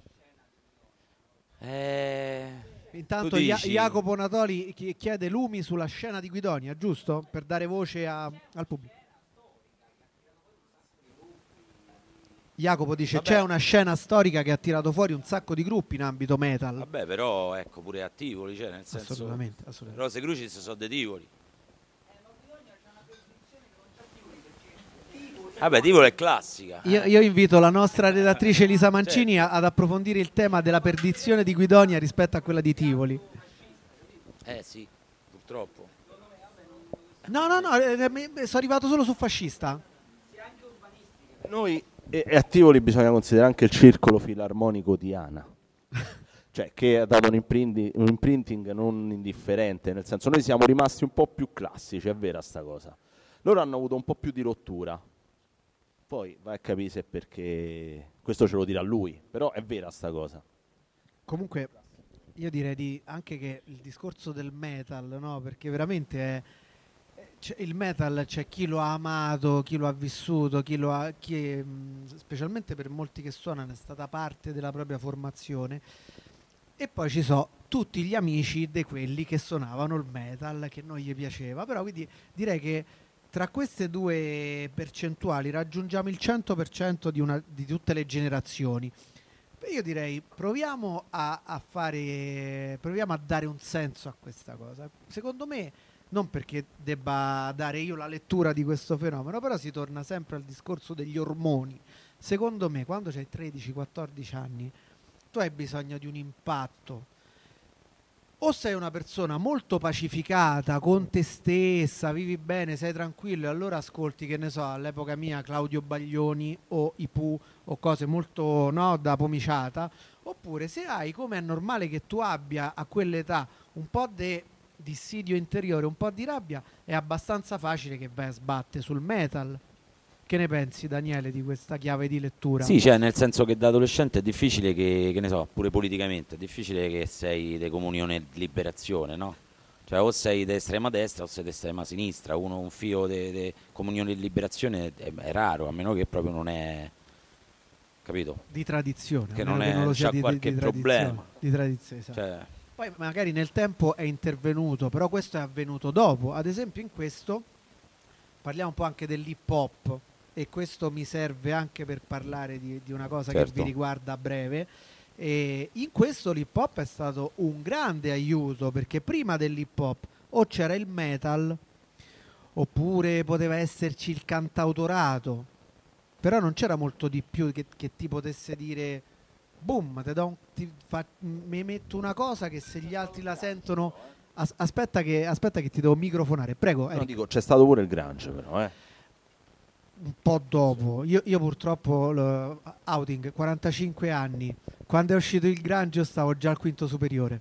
Eh, che intanto tu Ia- dici? Jacopo Natoli chi- chiede lumi sulla scena di Guidonia, giusto? Per dare voce a- al pubblico. Jacopo dice Vabbè. c'è una scena storica che ha tirato fuori un sacco di gruppi in ambito metal. Vabbè, però ecco pure a Tivoli, cioè nel senso. Assolutamente, assolutamente. Rose Crucis sono dei Tivoli. Vabbè, Tivoli è classica. Io, io invito la nostra redattrice Elisa Mancini a- ad approfondire il tema della perdizione di Guidonia rispetto a quella di Tivoli. Eh sì, purtroppo. No, no, no, eh, mi- sono arrivato solo su fascista. Noi e, e a Tivoli bisogna considerare anche il circolo filarmonico di Ana, cioè che ha dato un, imprinti- un imprinting non indifferente, nel senso noi siamo rimasti un po' più classici, è vera sta cosa. Loro hanno avuto un po' più di rottura, poi vai a capire se perché, questo ce lo dirà lui, però è vera sta cosa. Comunque io direi di, anche che il discorso del metal, no? Perché veramente è, c'è- il metal c'è chi lo ha amato, chi lo ha vissuto, chi lo ha, chi è, mh, specialmente per molti che suonano è stata parte della propria formazione. E poi ci sono tutti gli amici di quelli che suonavano il metal, che non gli piaceva. Però quindi direi che tra queste due percentuali raggiungiamo il cento per cento di, una, di tutte le generazioni. Io direi proviamo a, a fare, proviamo a dare un senso a questa cosa. Secondo me, non perché debba dare io la lettura di questo fenomeno, però si torna sempre al discorso degli ormoni. Secondo me, quando hai tredici quattordici anni, tu hai bisogno di un impatto. O sei una persona molto pacificata con te stessa, vivi bene, sei tranquillo e allora ascolti, che ne so, all'epoca mia Claudio Baglioni o i Pooh o cose molto, no, da pomiciata. Oppure se hai, come è normale che tu abbia a quell'età, un po' di dissidio interiore, un po' di rabbia, è abbastanza facile che vai a sbattere sul metal. Che ne pensi, Daniele, di questa chiave di lettura? Sì, cioè nel senso che da adolescente è difficile che, che ne so, pure politicamente, è difficile che sei di comunione e liberazione, no? Cioè o sei di estrema destra o sei di estrema sinistra, uno un filo di comunione e liberazione è, è raro, a meno che proprio non è, capito? Di tradizione. Che a meno non che è- non lo sia c'ha di, di- qualche di tradizione. problema. Di tradizione, esatto. Cioè, Poi magari nel tempo è intervenuto, però questo è avvenuto dopo. Ad esempio in questo parliamo un po' anche dell'hip hop e questo mi serve anche per parlare di, di una cosa che Certo. vi riguarda a breve. E in questo l'hip hop è stato un grande aiuto, perché prima dell'hip hop o c'era il metal oppure poteva esserci il cantautorato, però non c'era molto di più che, che ti potesse dire boom, te do un- ti fa- mi metto una cosa che se gli altri la sentono as- aspetta, che, aspetta che ti devo microfonare, prego No, Eric. dico, c'è stato pure il grunge però, eh. Un po' dopo, io, io purtroppo lo- outing, quarantacinque anni, quando è uscito il grunge io stavo già al quinto superiore,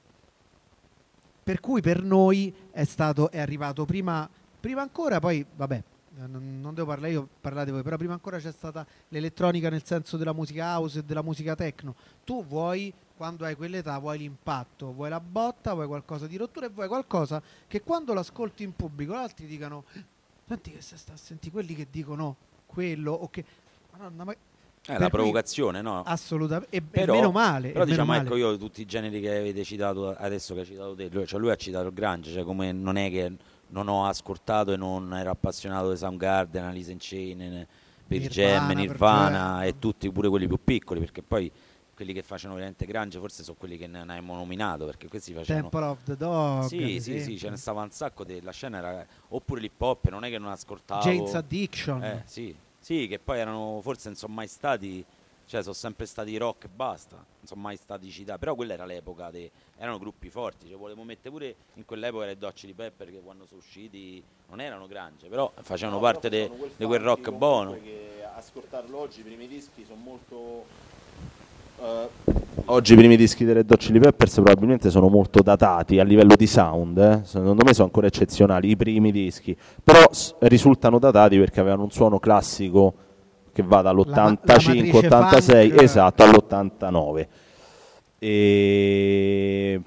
per cui per noi è stato è arrivato prima, prima ancora, poi vabbè, eh, non, non devo parlare io, parlate voi, però prima ancora c'è stata l'elettronica nel senso della musica house e della musica techno. Tu vuoi, quando hai quell'età, vuoi l'impatto, vuoi la botta, vuoi qualcosa di rottura e vuoi qualcosa che quando l'ascolti in pubblico gli altri dicano senti che se sta a sentire quelli che dicono quello o che Madonna, ma Eh, per la cui- provocazione, no? assolutamente e, e Però, meno male, però e meno diciamo, male. ecco, io tutti i generi che avete citato adesso, che hai citato te, lui, cioè lui ha citato il grunge, cioè come non è che non ho ascoltato e non ero appassionato di Soundgarden, Alice in Chains, per Nirvana, Jam, per Nirvana Jam. e tutti, pure quelli più piccoli, perché poi quelli che facevano veramente grunge forse sono quelli che non abbiamo nominato, perché questi facevano... Temple of the Dog, Sì, ad sì, sì, esempio. ce ne stava un sacco, de- la scena era... Oppure l'hip hop, non è che non ascoltavo... Jane's Addiction. Eh, sì, sì, che poi erano, forse non sono mai stati, cioè sono sempre stati rock e basta, non sono mai stati citati, però quella era l'epoca, de- erano gruppi forti, cioè volevo mettere pure in quell'epoca le Hot Chili Pepper che quando sono usciti non erano grunge, però facevano parte de- di quel rock buono. Che ascoltarlo oggi, i primi dischi sono molto... eh, oggi i primi dischi delle Red Hot Chili Peppers probabilmente sono molto datati a livello di sound, eh. Secondo me sono ancora eccezionali i primi dischi, però s- risultano datati perché avevano un suono classico che va dall'ottantacinque la matrice ottantasei funk. esatto all'ottantanove. E...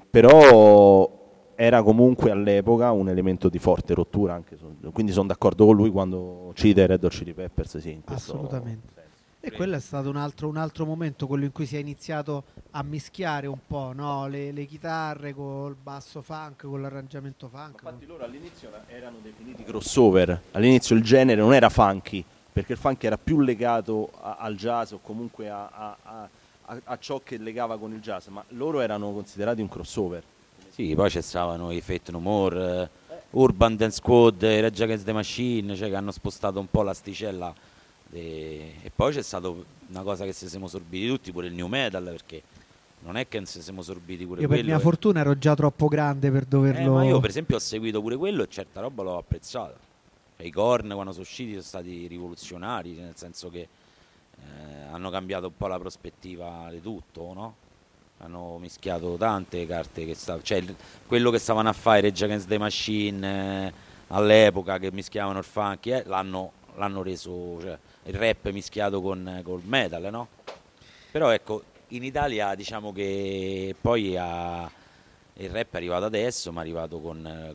però era comunque all'epoca un elemento di forte rottura, anche su- quindi sono d'accordo con lui quando cita i Red Hot Chili Peppers, sì, in questo Assolutamente. senso. E quello è stato un altro, un altro momento, quello in cui si è iniziato a mischiare un po', no? le, le chitarre col basso funk, con l'arrangiamento funk. Infatti loro all'inizio erano definiti crossover, all'inizio il genere non era funky, perché il funk era più legato a- al jazz o comunque a, a- a- a- a ciò che legava con il jazz, ma loro erano considerati un crossover. Sì, poi c'è stavano i Fate No More, eh, Urban Dance Squad, i Rage Against the Machine, cioè che hanno spostato un po' l'asticella. de- E poi c'è stata una cosa che ci siamo sorbiti tutti, pure il new metal, perché non è che non ci siamo sorbiti pure Io per quello. mia eh. fortuna ero già troppo grande per Eh, doverlo... ma io per esempio ho seguito pure quello e certa roba l'ho apprezzata. Cioè, i Korn quando sono usciti sono stati rivoluzionari, nel senso che eh, hanno cambiato un po' la prospettiva di tutto, no? Hanno mischiato tante carte che sta- cioè il- quello che stavano a fare Rage Against the Machine eh, all'epoca, che mischiavano il funky, eh, l'hanno, l'hanno reso, cioè, il rap mischiato con col metal, no? Però ecco, in Italia diciamo che poi ha- il rap è arrivato adesso, ma è arrivato con eh,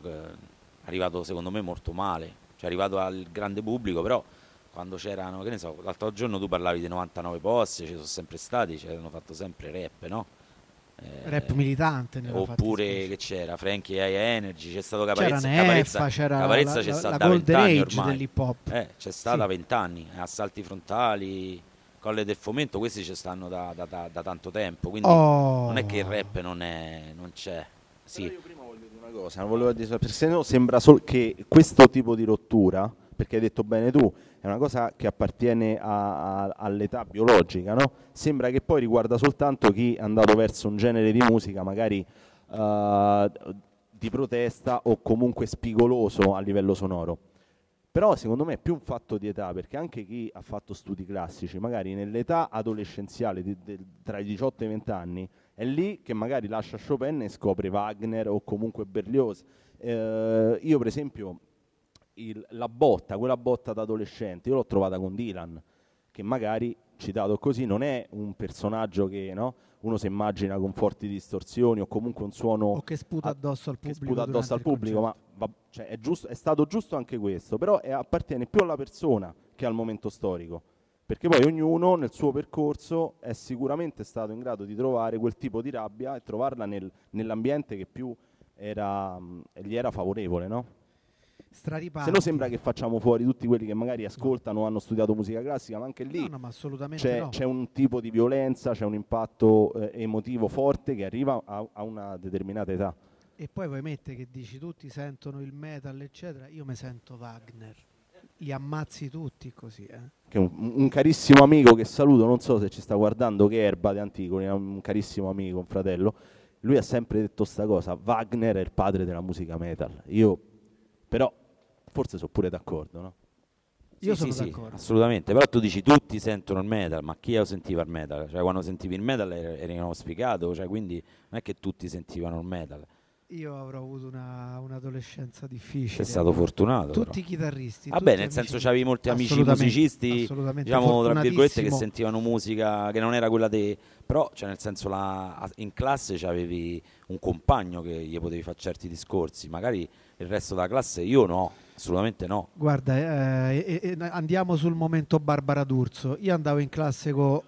è arrivato secondo me molto male, cioè è arrivato al grande pubblico, però quando c'erano, che ne so, l'altro giorno tu parlavi di novantanove posti, ci sono sempre stati, ci hanno fatto sempre rap, no? Eh, Rap militante nella oppure fattispecie. che c'era Frankie High Energy, c'è stato C'era Caparezza, Neffa, Caparezza, c'era Caparezza la, c'è la, stata la da Golden vent'anni Age ormai. dell'hip hop. Eh, c'è stata Sì. vent'anni, assalti frontali, Colle del Fomento, questi ci stanno da, da- da- da tanto tempo, quindi Oh. non è che il rap non, è, non c'è. Sì. Però io prima voglio dire una cosa, non volevo dire, perché se no sembra sol- che questo tipo di rottura, perché hai detto bene tu, è una cosa che appartiene a- a- all'età biologica, no? Sembra che poi riguarda soltanto chi è andato verso un genere di musica magari eh, di protesta o comunque spigoloso a livello sonoro. Però secondo me è più un fatto di età, perché anche chi ha fatto studi classici, magari nell'età adolescenziale di- del- tra i diciotto e i venti anni, è lì che magari lascia Chopin e scopre Wagner o comunque Berlioz. Eh, io per esempio il- la botta, quella botta da adolescente, io l'ho trovata con Dylan, che magari, citato così, non è un personaggio che no, uno si immagina con forti distorsioni o comunque un suono O che sputa a- addosso al che pubblico. sputa addosso al durante il pubblico, ma concerto. va- cioè, è, giusto- è stato giusto anche questo, però è- appartiene più alla persona che al momento storico, perché poi ognuno nel suo percorso è sicuramente stato in grado di trovare quel tipo di rabbia e trovarla nel- nell'ambiente che più era, mh, gli era favorevole, no? Straripanti. Se no sembra che facciamo fuori tutti quelli che magari ascoltano o hanno studiato musica classica, ma anche lì No, no, ma assolutamente c'è, no. c'è un tipo di violenza, c'è un impatto eh, emotivo forte che arriva a, a una determinata età. E poi vuoi mettere che dici tutti sentono il metal eccetera, io mi sento Wagner, li ammazzi tutti così, eh. Che un, un carissimo amico che saluto, non so se ci sta guardando, che è Erba di Anticoli, è un carissimo amico, un fratello, lui ha sempre detto sta cosa: Wagner è il padre della musica metal. Io però forse sono pure d'accordo, no? Io sì, sono sì, d'accordo. Sì, assolutamente, però tu dici tutti sentono il metal, ma chi lo sentiva il metal? Cioè quando sentivi il metal eri, eri uno sfigato, cioè, quindi non è che tutti sentivano il metal. Io avrò avuto una, un'adolescenza difficile. Sei stato fortunato. Tutti i però. chitarristi. Vabbè, tutti nel amici, senso c'avevi molti amici assolutamente, musicisti, assolutamente, diciamo tra virgolette, che fortunatissimo. sentivano musica che non era quella te, però cioè nel senso la, in classe c'avevi un compagno che gli potevi fare certi discorsi, magari il resto della classe io no, assolutamente no. Guarda, eh, eh, eh, andiamo sul momento Barbara D'Urso. Io andavo in classe con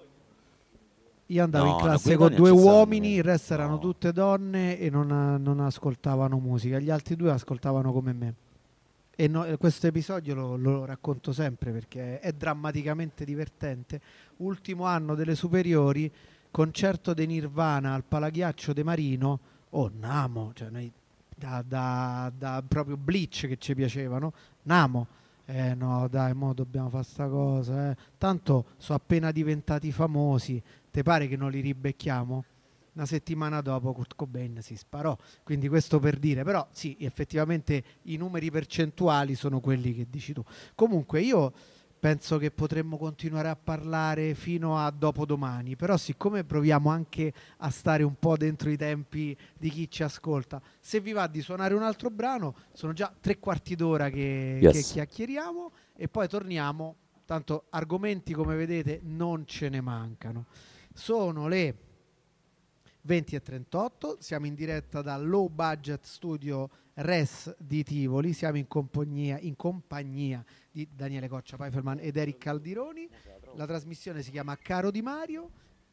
Io andavo No, in no, classe quei con donne due non ci uomini, stanno, il resto no. erano tutte donne e non, non ascoltavano musica. Gli altri due ascoltavano come me. E no, eh, questo episodio lo, lo racconto sempre perché è drammaticamente divertente. Ultimo anno delle superiori, concerto di Nirvana al Palaghiaccio de Marino. Oh, Namo, cioè noi da, da, da proprio Bleach che ci piacevano. Namo. Eh no, dai, mo dobbiamo fare sta cosa, eh. Tanto sono appena diventati famosi. Te pare che non li ribecchiamo? Una settimana dopo Kurt Cobain si sparò, quindi questo per dire, però sì, effettivamente i numeri percentuali sono quelli che dici tu. Comunque io penso che potremmo continuare a parlare fino a dopodomani, però siccome proviamo anche a stare un po' dentro i tempi di chi ci ascolta, se vi va di suonare un altro brano, sono già tre quarti d'ora che, Yes. che chiacchieriamo e poi torniamo, tanto argomenti come vedete non ce ne mancano. Sono le venti e trentotto, siamo in diretta dal Low Budget Studio Res di Tivoli, siamo in compagnia, in compagnia di Daniele Coccia, Pfeifferman ed Eric Caldironi. La trasmissione si chiama Caro Di Mario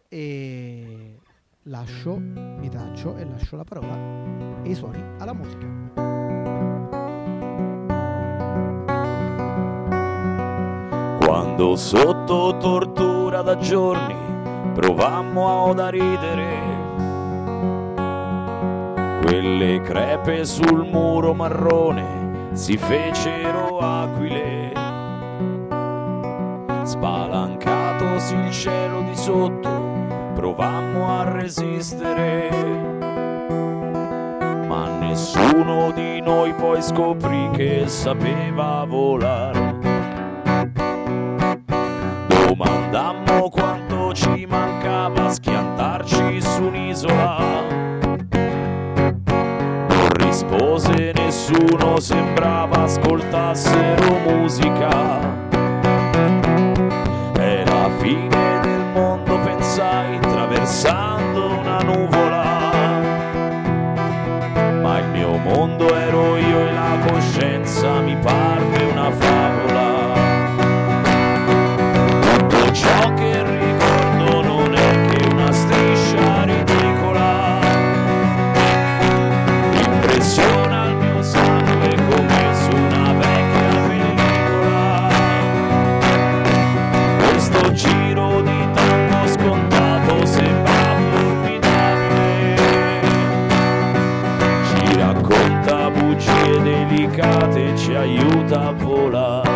e lascio, mi taccio e lascio la parola e i suoni alla musica. Quando sotto tortura da giorni provammo da ridere, quelle crepe sul muro marrone si fecero aquile, spalancatosi il cielo di sotto provammo a resistere, ma nessuno di noi poi scoprì che sapeva volare. Domandammo quanto ci mancava a schiantarci su un'isola, non rispose nessuno, sembrava ascoltassero musica. È la fine del mondo, pensai, attraversando una nuvola, ma il mio mondo ero io e la coscienza mi parve una favola. Ciò che ricordo non è che una striscia ridicola, impressiona il mio sangue come su una vecchia pellicola. Questo giro di tanto scontato sembra formidabile, ci racconta bugie delicate, ci aiuta a volare.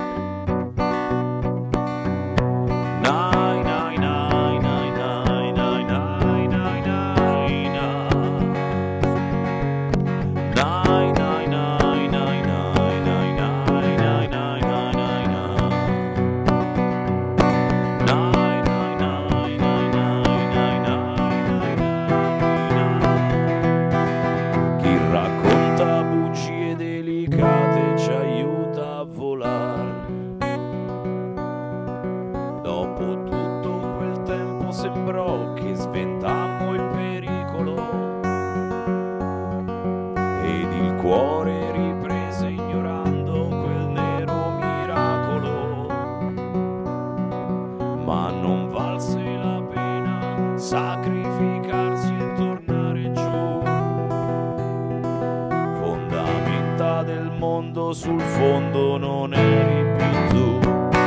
Sul fondo non eri più tu.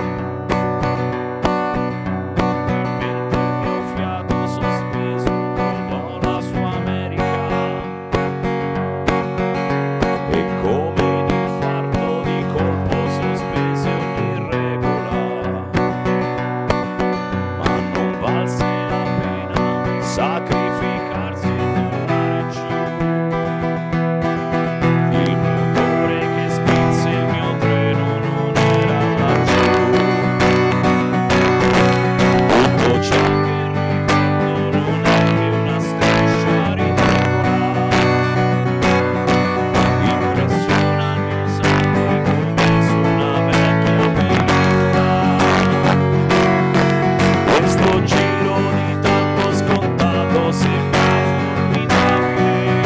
Mentre il mio fiato sospeso trovò la sua America, sacrificarsi e tornare giù. Il motore che spinse il mio treno non era laggiù. Tutto ciò che ricordo non è che una striscia ridicola. Impressiona il mio sangue come su una vecchia pellicola. Questo giro di tanto scontato sembra formidabile.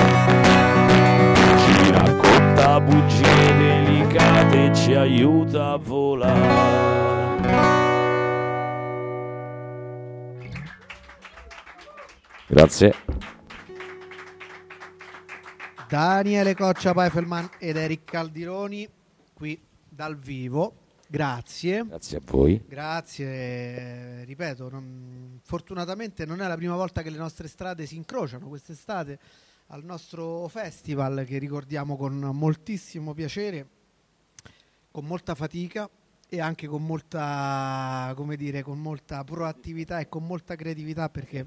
Ci racconta bugie delicate e ci aiuta a volare. Grazie. Daniele Coccia Pfeifferman ed Eric Caldironi qui dal vivo. Grazie. Grazie a voi. Grazie, ripeto, non- fortunatamente non è la prima volta che le nostre strade si incrociano quest'estate al nostro festival che ricordiamo con moltissimo piacere, con molta fatica e anche con molta, come dire, con molta proattività e con molta creatività, perché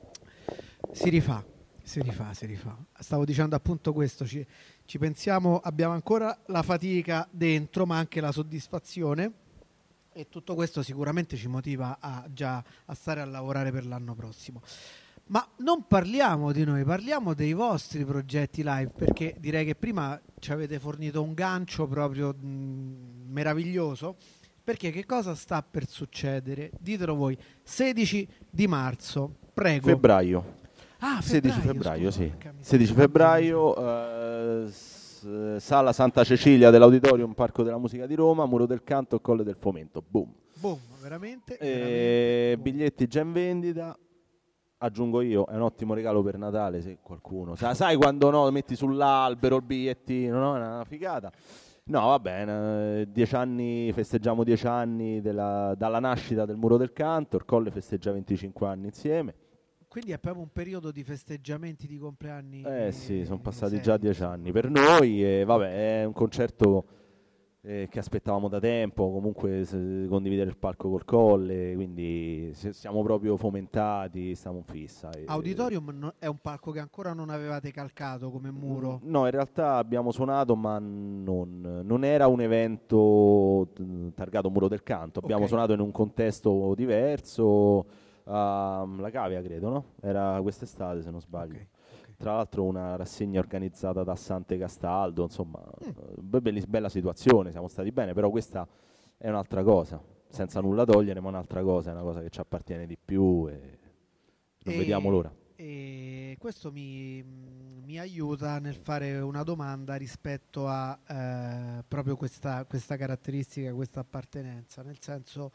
si rifà, si rifà, si rifà. Stavo dicendo appunto questo, ci, ci pensiamo, abbiamo ancora la fatica dentro, ma anche la soddisfazione, e tutto questo sicuramente ci motiva a già a stare a lavorare per l'anno prossimo. Ma non parliamo di noi, parliamo dei vostri progetti live, perché direi che prima ci avete fornito un gancio proprio mh, meraviglioso, perché che cosa sta per succedere? Ditelo voi. sedici di marzo, prego. Febbraio. Ah, sedici febbraio, scusa, sì. porca miseria. sedici febbraio, eh, s- Sala Santa Cecilia dell'Auditorium Parco della Musica di Roma, Muro del Canto e Colle del Fomento. Boom. Boom, veramente, E veramente boom. biglietti già in vendita. Aggiungo io, è un ottimo regalo per Natale se qualcuno. Sa- sai quando no, metti sull'albero il bigliettino, no? È una figata. No, va bene, dieci anni, festeggiamo dieci anni della- dalla nascita del Muro del Canto, il Colle festeggia venticinque anni insieme. Quindi è proprio un periodo di festeggiamenti di compleanni. Eh sì, sono passati seri, già dieci insomma. anni per noi e vabbè, è un concerto eh, che aspettavamo da tempo, comunque se- condividere il palco col Colle, quindi se- siamo proprio fomentati, stiamo in fissa. e- Auditorium no- è un palco che ancora non avevate calcato come muro. No, in realtà abbiamo suonato, ma non, non era un evento t- targato Muro del Canto. Abbiamo Ok. suonato in un contesto diverso, a La Cavia, credo, no? Era quest'estate, se non sbaglio. Ok, ok. Tra l'altro una rassegna organizzata da Sante Castaldo, insomma, Mm. eh, be- belli- bella situazione, siamo stati bene, però questa è un'altra cosa, senza nulla togliere, ma un'altra cosa, è una cosa che ci appartiene di più e non E- vediamo l'ora. E questo mi, mi aiuta nel fare una domanda rispetto a eh, proprio questa, questa caratteristica, questa appartenenza, nel senso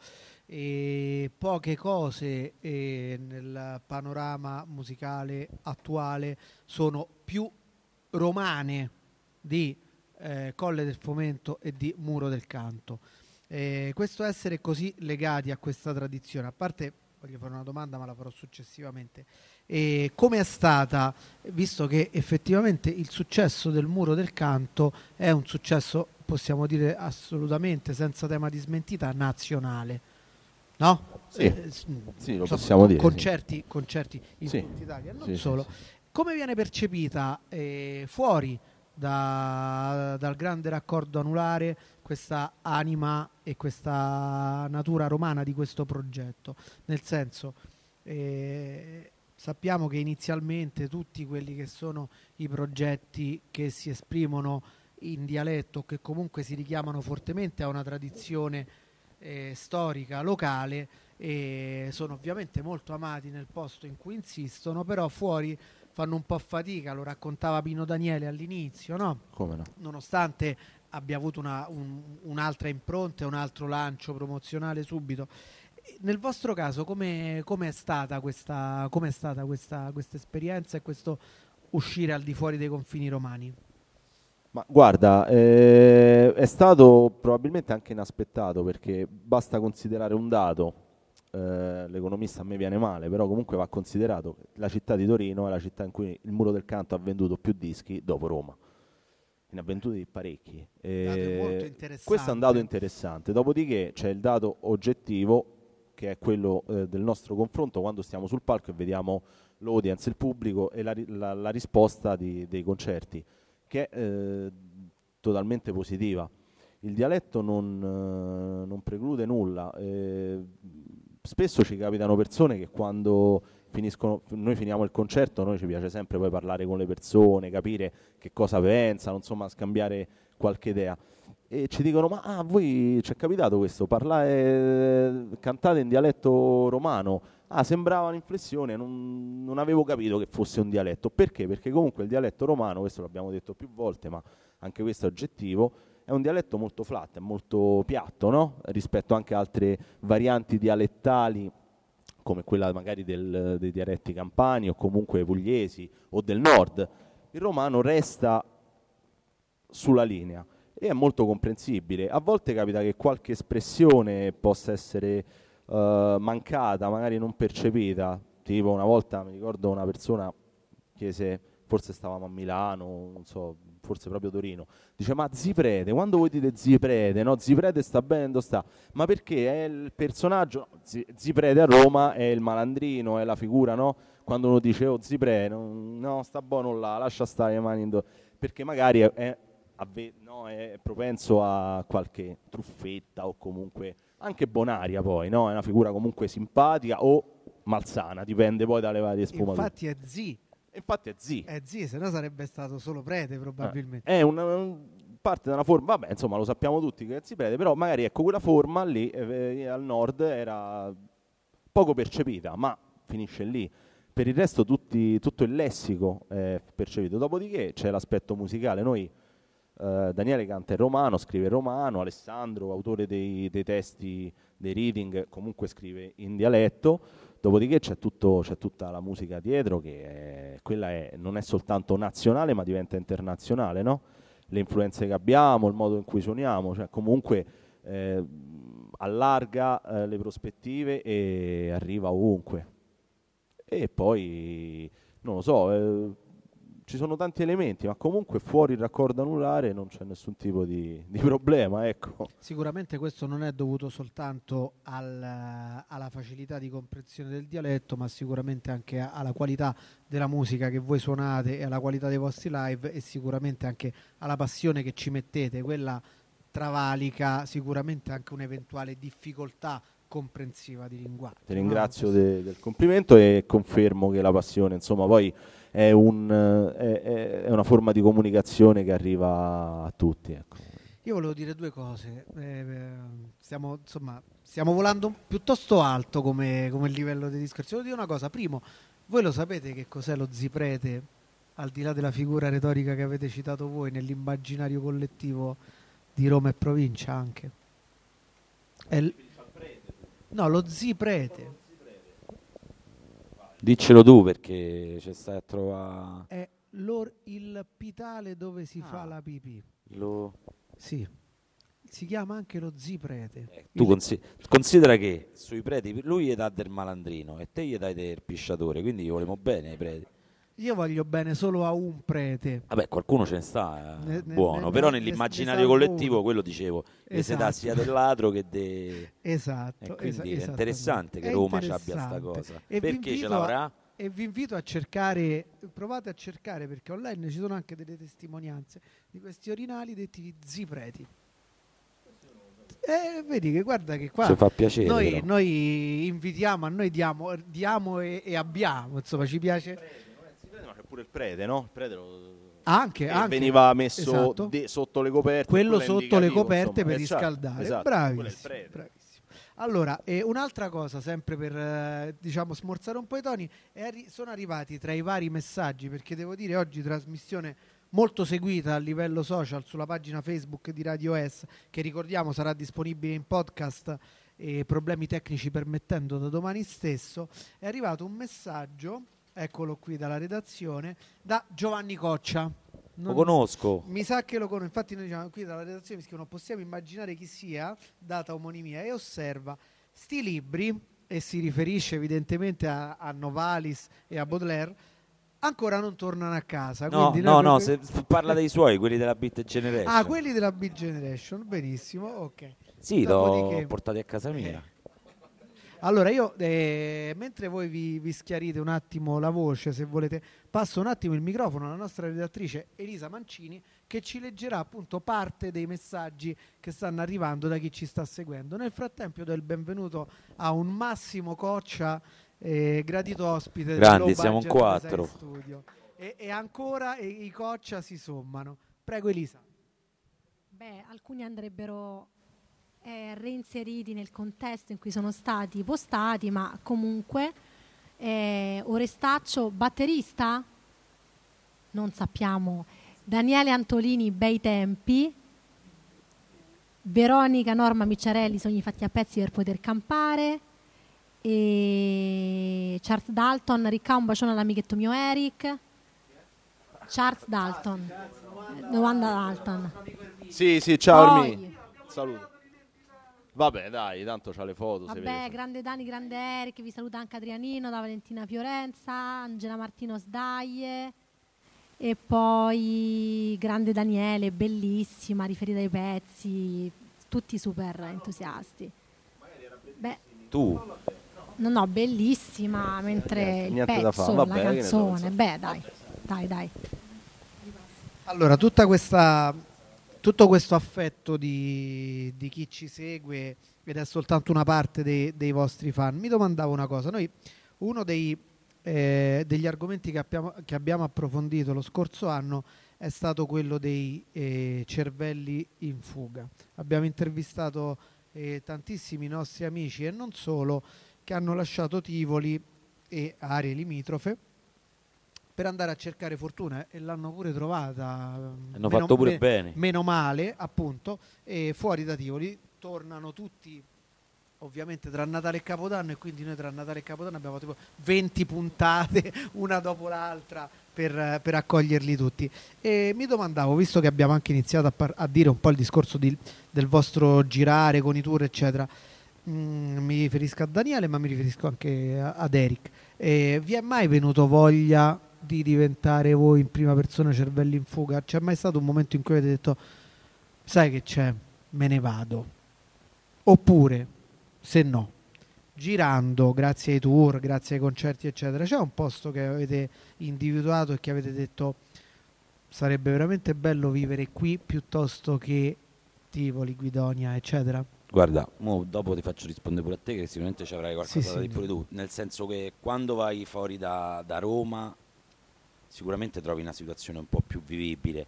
eh, poche cose eh, nel panorama musicale attuale sono più romane di eh, Colle del Fomento e di Muro del Canto. Eh, questo essere così legati a questa tradizione, a parte voglio fare una domanda ma la farò successivamente, e come è stata, visto che effettivamente il successo del Muro del Canto è un successo, possiamo dire assolutamente senza tema di smentita, nazionale, no? Sì, Eh, s- sì, lo insomma, possiamo dire, sì. Concerti, concerti in Sì, tutta Italia, non sì, sì, solo. sì. Come viene percepita eh, fuori da- dal grande raccordo anulare questa anima e questa natura romana di questo progetto? Nel senso, eh, sappiamo che inizialmente tutti quelli che sono i progetti che si esprimono in dialetto, che comunque si richiamano fortemente a una tradizione eh, storica locale, e sono ovviamente molto amati nel posto in cui insistono, però fuori fanno un po' fatica, lo raccontava Pino Daniele all'inizio, no? Come no? Nonostante abbia avuto una- un- un'altra impronta e un altro lancio promozionale subito. E nel vostro caso come è stata questa com'è stata questa questa esperienza e questo uscire al di fuori dei confini romani? Ma guarda, eh, è stato probabilmente anche inaspettato perché basta considerare un dato, eh, l'economista a me viene male, però comunque va considerato che la città di Torino è la città in cui il Muro del Canto ha venduto più dischi dopo Roma. Ne ha venduti parecchi. Dato Eh, molto interessante. questo è un dato interessante. Dopodiché c'è il dato oggettivo che è quello eh, del nostro confronto quando stiamo sul palco e vediamo l'audience, il pubblico e la, ri- la, la risposta di, dei concerti, che è eh, totalmente positiva. Il dialetto non, eh, non preclude nulla. Eh, spesso ci capitano persone che quando finiscono, noi finiamo il concerto, noi ci piace sempre poi parlare con le persone, capire che cosa pensano, insomma scambiare qualche idea. E ci dicono, ma a ah, voi ci è capitato questo, parlare, cantate in dialetto romano? Ah, sembrava un'inflessione, non, non avevo capito che fosse un dialetto. Perché? Perché comunque il dialetto romano, questo l'abbiamo detto più volte, ma anche questo è oggettivo, è un dialetto molto flat, è molto piatto, no? Rispetto anche a altre varianti dialettali, come quella magari del, dei dialetti campani o comunque pugliesi o del nord. Il romano resta sulla linea e è molto comprensibile. A volte capita che qualche espressione possa essere uh, mancata, magari non percepita. Tipo una volta mi ricordo una persona chiese, forse stavamo a Milano, non so, forse proprio Torino, dice ma Ziprete, quando voi dite Ziprete, no? Ziprete sta bene, dove sta? Ma perché è il personaggio, no, Ziprete a Roma è il malandrino, è la figura, no? Quando uno dice oh Ziprete, no, no sta buono là, lascia stare le mani in do-", perché magari è, è, avve- no, è propenso a qualche truffetta o comunque anche bonaria poi, no? È una figura comunque simpatica o malsana, dipende poi dalle varie sfumature. Infatti è zi. Infatti è zi. È zi, se no sarebbe stato solo prete probabilmente. Eh, è una, un, parte da una forma, vabbè, insomma, lo sappiamo tutti che è zi prete, però magari ecco quella forma lì eh, al nord era poco percepita, ma finisce lì. Per il resto tutti, tutto il lessico è percepito. Dopodiché c'è l'aspetto musicale. Noi eh, Daniele canta in romano, scrive in romano, Alessandro, autore dei, dei testi, dei reading, comunque scrive in dialetto. Dopodiché c'è, tutto, c'è tutta la musica dietro, che è, quella è, non è soltanto nazionale ma diventa internazionale, no? Le influenze che abbiamo, il modo in cui suoniamo, cioè comunque eh, allarga eh, le prospettive e arriva ovunque. E poi, non lo so, eh, ci sono tanti elementi, ma comunque fuori il raccordo anulare non c'è nessun tipo di, di problema, ecco. Sicuramente questo non è dovuto soltanto al, alla facilità di comprensione del dialetto, ma sicuramente anche a, alla qualità della musica che voi suonate e alla qualità dei vostri live e sicuramente anche alla passione che ci mettete. Quella travalica sicuramente anche un'eventuale difficoltà comprensiva di linguaggio. Ti ringrazio no? de, del complimento e confermo che la passione, insomma, poi è, un, è, è una forma di comunicazione che arriva a tutti, ecco. Io volevo dire due cose. Eh, stiamo, insomma, stiamo volando piuttosto alto come, come livello di discorso. Volevo dire una cosa. Primo, voi lo sapete che cos'è lo ziprete, al di là della figura retorica che avete citato voi, nell'immaginario collettivo di Roma e provincia anche? È l- no, lo ziprete. Diccelo tu perché ci stai a trovare. È l'or- il pitale dove si Ah. fa la pipì. Lo... Sì, si chiama anche lo ziprete. Eh, tu Il- consi- considera che sui preti lui gli dà del malandrino e te gli dai del pisciatore, quindi gli volemo bene ai preti. Io voglio bene solo a un prete. Vabbè, qualcuno ce ne sta, eh, Ne- ne- buono, ne- però ne- nell'immaginario ne salvo collettivo, uno. quello dicevo, che si dà Esatto. sia del ladro che de... Esatto. E quindi esa- è esattamente. interessante che È Roma ci abbia sta interessante. cosa. E vi Perché ce invito l'avrà? a- E vi invito a cercare, provate a cercare, perché online ci sono anche delle testimonianze di questi orinali detti di zipreti. E vedi che guarda che qua Ci fa piacere. noi, però. noi invitiamo, a noi diamo, diamo e, e abbiamo, insomma ci piace Ma c'è pure il prete, no? Il prete lo... anche, che anche veniva messo esatto. de- sotto le coperte. quello è sotto le indicativo, coperte insomma. per Eh, certo, riscaldare. esatto, quello è il Bravissimo, prete. bravissimo. Allora, eh, un'altra cosa, sempre per eh, diciamo smorzare un po' i toni, è arri- sono arrivati tra i vari messaggi, perché devo dire oggi trasmissione molto seguita a livello social sulla pagina Facebook di Radio S, che ricordiamo sarà disponibile in podcast e problemi tecnici permettendo da domani stesso. È arrivato un messaggio, eccolo qui dalla redazione, da Giovanni Coccia. Lo conosco. Mi sa che lo conosco, infatti noi diciamo qui dalla redazione mi scrivono possiamo immaginare chi sia, data omonimia, e osserva sti libri, e si riferisce evidentemente a, a Novalis e a Baudelaire, ancora non tornano a casa. No, quindi no, noi no, proprio- se parla dei suoi, quelli della Beat Generation. Ah, quelli della Big Generation, benissimo, ok. Sì, l'ho Dopodiché- portati a casa mia. Allora io, eh, mentre voi vi, vi schiarite un attimo la voce, se volete, passo un attimo il microfono alla nostra redattrice Elisa Mancini, che ci leggerà appunto parte dei messaggi che stanno arrivando da chi ci sta seguendo. Nel frattempo io do il benvenuto a un Massimo Coccia, eh, gradito ospite del Grandi, Low siamo in Budget quattro. Design Studio. E, e ancora e, i Coccia si sommano. Prego Elisa. Beh, alcuni andrebbero eh, reinseriti nel contesto in cui sono stati postati, ma comunque eh, Orestaccio, batterista? Non sappiamo. Daniele Antolini, bei tempi. Veronica Norma Micciarelli, sogni fatti a pezzi per poter campare. E Charles Dalton, ricca un bacione all'amichetto mio Eric. Charles Dalton, Wanda Dalton. Sì, sì, ciao Poi- Ermi. Saluto. Vabbè, dai, tanto c'ha le foto. si Vabbè, vede. grande Dani, grande Eric, vi saluta anche Adrianino da Valentina Fiorenza, Angela Martino Sdaie e poi grande Daniele, bellissima, riferita ai pezzi, tutti super entusiasti. Beh, Tu, no, no, bellissima, mentre Niente- il niente da pezzo, fare, vabbè, la che ne so, canzone, insomma. beh, dai, dai, dai. Allora, tutta questa, tutto questo affetto di, di chi ci segue, ed è soltanto una parte dei, dei vostri fan, mi domandavo una cosa. Noi, uno dei, eh, degli argomenti che abbiamo, che abbiamo approfondito lo scorso anno è stato quello dei eh, cervelli in fuga. Abbiamo intervistato eh, tantissimi nostri amici e non solo, che hanno lasciato Tivoli e aree limitrofe per andare a cercare fortuna e l'hanno pure trovata. hanno fatto pure bene. Meno male, appunto, e fuori da Tivoli tornano tutti, ovviamente tra Natale e Capodanno, e quindi noi tra Natale e Capodanno abbiamo tipo venti puntate una dopo l'altra per, per accoglierli tutti. E mi domandavo, visto che abbiamo anche iniziato a, par- a dire un po' il discorso di- del vostro girare con i tour eccetera, mm, mi riferisco a Daniele ma mi riferisco anche a- ad Eric, e vi è mai venuto voglia di diventare voi in prima persona cervelli in fuga? C'è mai stato un momento in cui avete detto sai che c'è, me ne vado? Oppure, se no, girando grazie ai tour, grazie ai concerti eccetera, c'è un posto che avete individuato e che avete detto sarebbe veramente bello vivere qui piuttosto che Tivoli, Guidonia eccetera? Guarda, mo dopo ti faccio rispondere pure a te, che sicuramente ci avrai qualcosa Sì, da sì. dire pure tu. Nel senso che quando vai fuori da, da Roma, sicuramente trovi una situazione un po' più vivibile.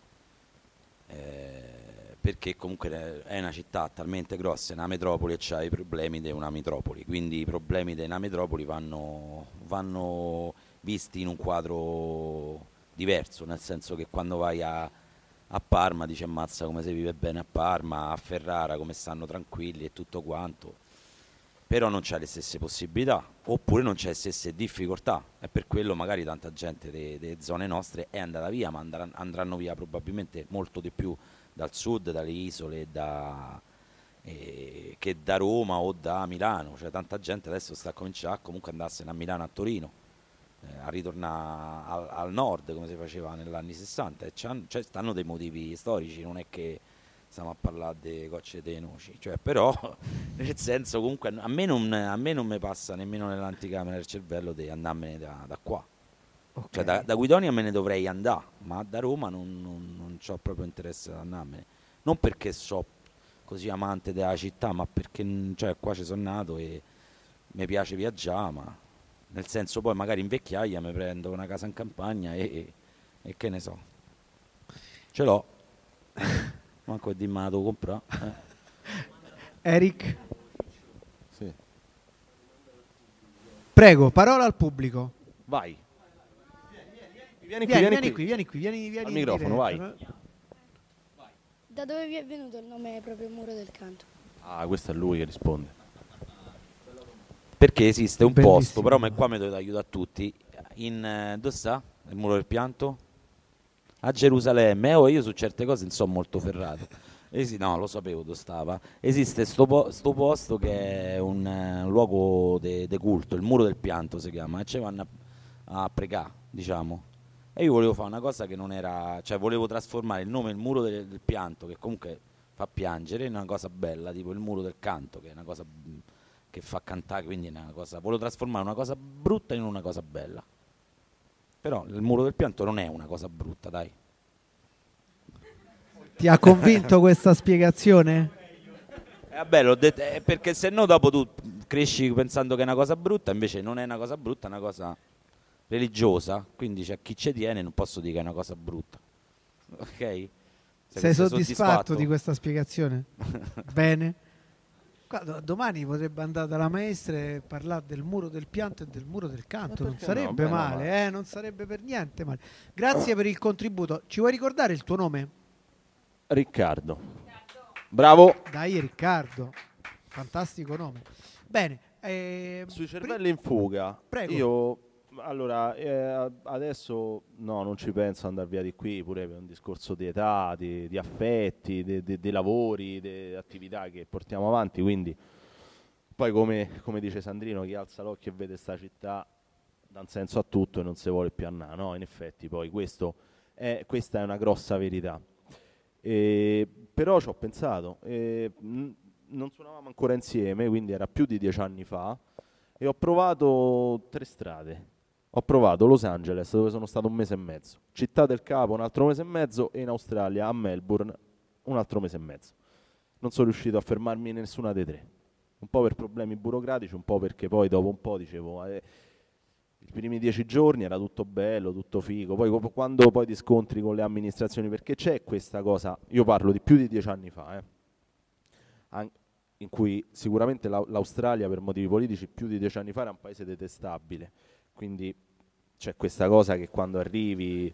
Eh, perché comunque è una città talmente grossa, è una metropoli e c'ha i problemi di una metropoli, quindi i problemi di una metropoli vanno, vanno visti in un quadro diverso, nel senso che quando vai a, a Parma dici ammazza come si vive bene a Parma, a Ferrara come stanno tranquilli e tutto quanto, però non c'è le stesse possibilità, oppure non c'è le stesse difficoltà, e per quello magari tanta gente delle zone nostre è andata via, ma andranno, andranno via probabilmente molto di più dal sud, dalle isole, da, eh, che da Roma o da Milano. Cioè tanta gente adesso sta cominciando a comunque andarsene a Milano, a Torino, eh, a ritornare al, al nord come si faceva negli anni sessanta, e c'han- cioè, stanno dei motivi storici, non è che stiamo a parlare di cocce e dei noci, cioè, però nel senso comunque a me non, a me non mi passa nemmeno nell'anticamera del cervello di andarmene da, da qua. Cioè, da, da Guidonia me ne dovrei andare, ma da Roma non, non, non ho proprio interesse ad andarmene. Non perché so così amante della città, ma perché mm, cioè, qua ci sono nato e mi piace viaggiare, ma nel senso poi magari in vecchiaia mi prendo una casa in campagna e, e, e che ne so. Ce l'ho. Manco di me la devo comprare. Eh. Eric? Sì. Prego, parola al pubblico. Vai. Vieni qui, Vieni, vieni, vieni qui. qui, vieni qui, vieni, vieni Al in microfono, diretta. Da dove vi è venuto il nome proprio Muro del Canto? Ah, questo è lui che risponde. Perché esiste un Bellissimo. posto, però me- qua mi dovete aiutare tutti. In, eh, dove sta? Il muro del pianto? A Gerusalemme. Eh, oh, io su certe cose non sono molto ferrato. Esi- no, lo sapevo dove stava. Esiste sto, po- sto posto che è un, eh, un luogo de, de culto, il muro del pianto si chiama, e ci vanno a, a pregare, diciamo. E io volevo fare una cosa che non era, cioè volevo trasformare il nome il muro del, del pianto, che comunque fa piangere, in una cosa bella, tipo il muro del canto, che è una cosa mm, che fa cantare, quindi è una cosa, volevo trasformare una cosa brutta in una cosa bella. Però il muro del pianto non è una cosa brutta, dai. Ti ha convinto questa spiegazione? Eh, vabbè, l'ho detto, eh, perché se no dopo tu cresci pensando che è una cosa brutta, invece non è una cosa brutta, è una cosa religiosa, quindi c'è chi ci tiene, non posso dire che è una cosa brutta. Ok? Sei, sei soddisfatto, soddisfatto di questa spiegazione? Bene. Guarda, domani potrebbe andare dalla maestra e parlare del muro del pianto e del muro del canto, non sarebbe no? Beh, male, no, ma- eh? Non sarebbe per niente male. Grazie per il contributo. Ci vuoi ricordare il tuo nome? Riccardo. Bravo. Dai Riccardo, fantastico nome. Bene. ehm, Sui pri- cervelli in fuga. Prego. Io allora eh, adesso no, non ci penso ad andare via di qui, pure per un discorso di età, di, di affetti, di, di- di lavori, di attività che portiamo avanti, quindi poi come, come dice Sandrino, chi alza l'occhio e vede sta città dà un senso a tutto e non si vuole più annà, no? In effetti poi questo è, questa è una grossa verità. E, però ci ho pensato, e, mh, non suonavamo ancora insieme, quindi era più di dieci anni fa, e ho provato tre strade. Ho provato Los Angeles, dove sono stato un mese e mezzo, Città del Capo un altro mese e mezzo, e in Australia, a Melbourne, un altro mese e mezzo. Non sono riuscito a fermarmi in nessuna dei tre, un po' per problemi burocratici, un po' perché poi dopo un po' dicevo... Eh, i primi dieci giorni era tutto bello, tutto figo, poi co- quando poi ti scontri con le amministrazioni, perché c'è questa cosa, io parlo di più di dieci anni fa, eh, an- in cui sicuramente la- l'Australia per motivi politici più di dieci anni fa era un paese detestabile, quindi c'è questa cosa che quando arrivi...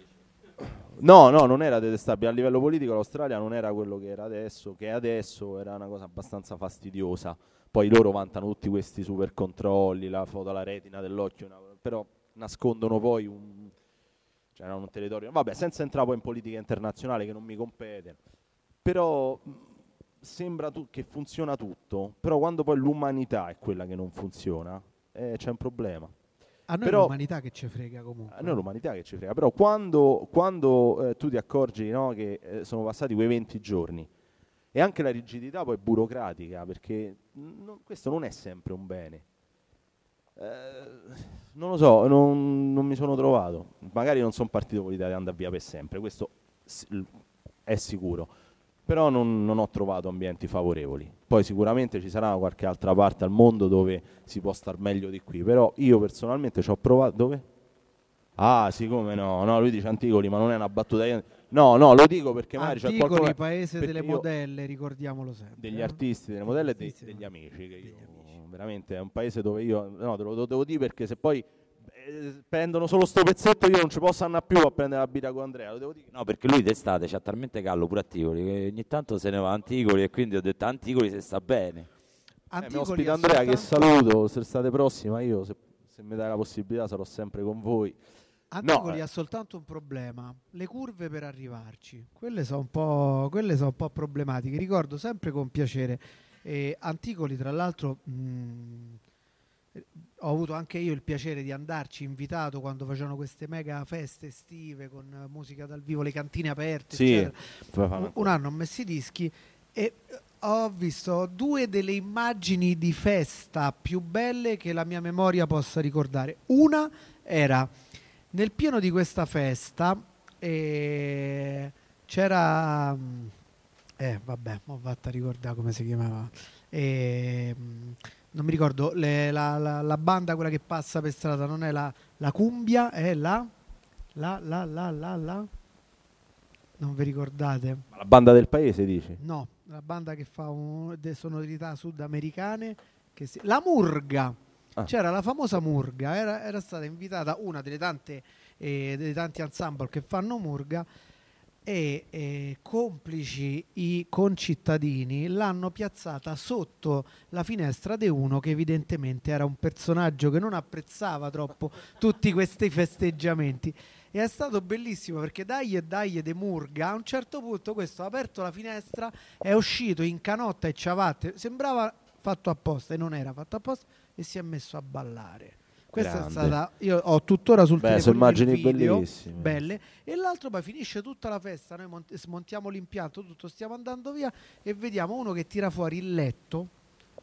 No, no, non era detestabile, a livello politico l'Australia non era quello che era adesso, che è adesso, era una cosa abbastanza fastidiosa. Poi loro vantano tutti questi super controlli, la foto alla retina dell'occhio, una- però nascondono poi un, cioè un territorio, vabbè, senza entrare poi in politica internazionale che non mi compete, però mh, sembra tu- che funziona tutto, però quando poi l'umanità è quella che non funziona, eh, c'è un problema. A noi Però- l'umanità che ci frega comunque. A noi l'umanità che ci frega, però quando, quando eh, tu ti accorgi, no, che eh, sono passati quei venti giorni, e anche la rigidità poi burocratica, perché non- questo non è sempre un bene. Eh, non lo so, non, non mi sono trovato. Magari non sono partito con l'idea di andare via per sempre, questo s- l- è sicuro. Però non, non ho trovato ambienti favorevoli. Poi sicuramente ci sarà qualche altra parte al mondo dove si può star meglio di qui. Però io personalmente ci ho provato. Dove? Ah, sì, come no? No, lui dice Anticoli, ma non è una battuta. Io- No, no, lo dico perché magari c'è Anticoli, qualcuno... paese perché delle io- modelle, ricordiamolo sempre. degli eh. artisti, delle modelle e dei- artisti, degli no. amici, che Degli io amici. veramente è un paese dove io no, te lo, lo devo dire, perché se poi eh, prendono solo sto pezzetto io non ci posso andare più a prendere la birra con Andrea, lo devo dire. No, perché lui d'estate c'ha talmente callo pure a Tivoli che ogni tanto se ne va a Anticoli, e quindi ho detto a Anticoli se sta bene. Eh, mi Anticoli ospita ha Andrea, che soltanto- saluto, se l'estate prossima io se, se mi dai la possibilità sarò sempre con voi. Anticoli No, eh. ha soltanto un problema, le curve per arrivarci. Quelle sono un po', quelle sono un po' problematiche. Ricordo sempre con piacere. eh, Anticoli, tra l'altro, mh, eh, ho avuto anche io il piacere di andarci invitato quando facevano queste mega feste estive con eh, musica dal vivo, le cantine aperte, Sì, eccetera. fa- fa- Un, un anno ho messo i dischi e eh, ho visto due delle immagini di festa più belle che la mia memoria possa ricordare. Una era nel pieno di questa festa, eh, c'era mm, eh vabbè, ho fatto a ricordare come si chiamava. Eh, mm, non mi ricordo le- la, la- la banda, quella che passa per strada, non è la, la Cumbia, è la la la la la la non vi ricordate? la banda del paese dici? No, la banda che fa un, de sonorità sudamericane, che si- la Murga. Ah. C'era la famosa Murga, era, era stata invitata una delle tante eh, dei tanti ensemble che fanno Murga, e eh, complici i concittadini l'hanno piazzata sotto la finestra di uno che evidentemente era un personaggio che non apprezzava troppo tutti questi festeggiamenti. E è stato bellissimo perché dai e dai de Murga, a un certo punto questo ha aperto la finestra, è uscito in canotta e ciabatte, sembrava fatto apposta e non era fatto apposta, e si è messo a ballare. Questa Grande. è stata, io ho tuttora sul Beh, sono telefonino il immagini video, bellissime. belle, e l'altro poi finisce tutta la festa, noi mont- smontiamo l'impianto, tutto, stiamo andando via e vediamo uno che tira fuori il letto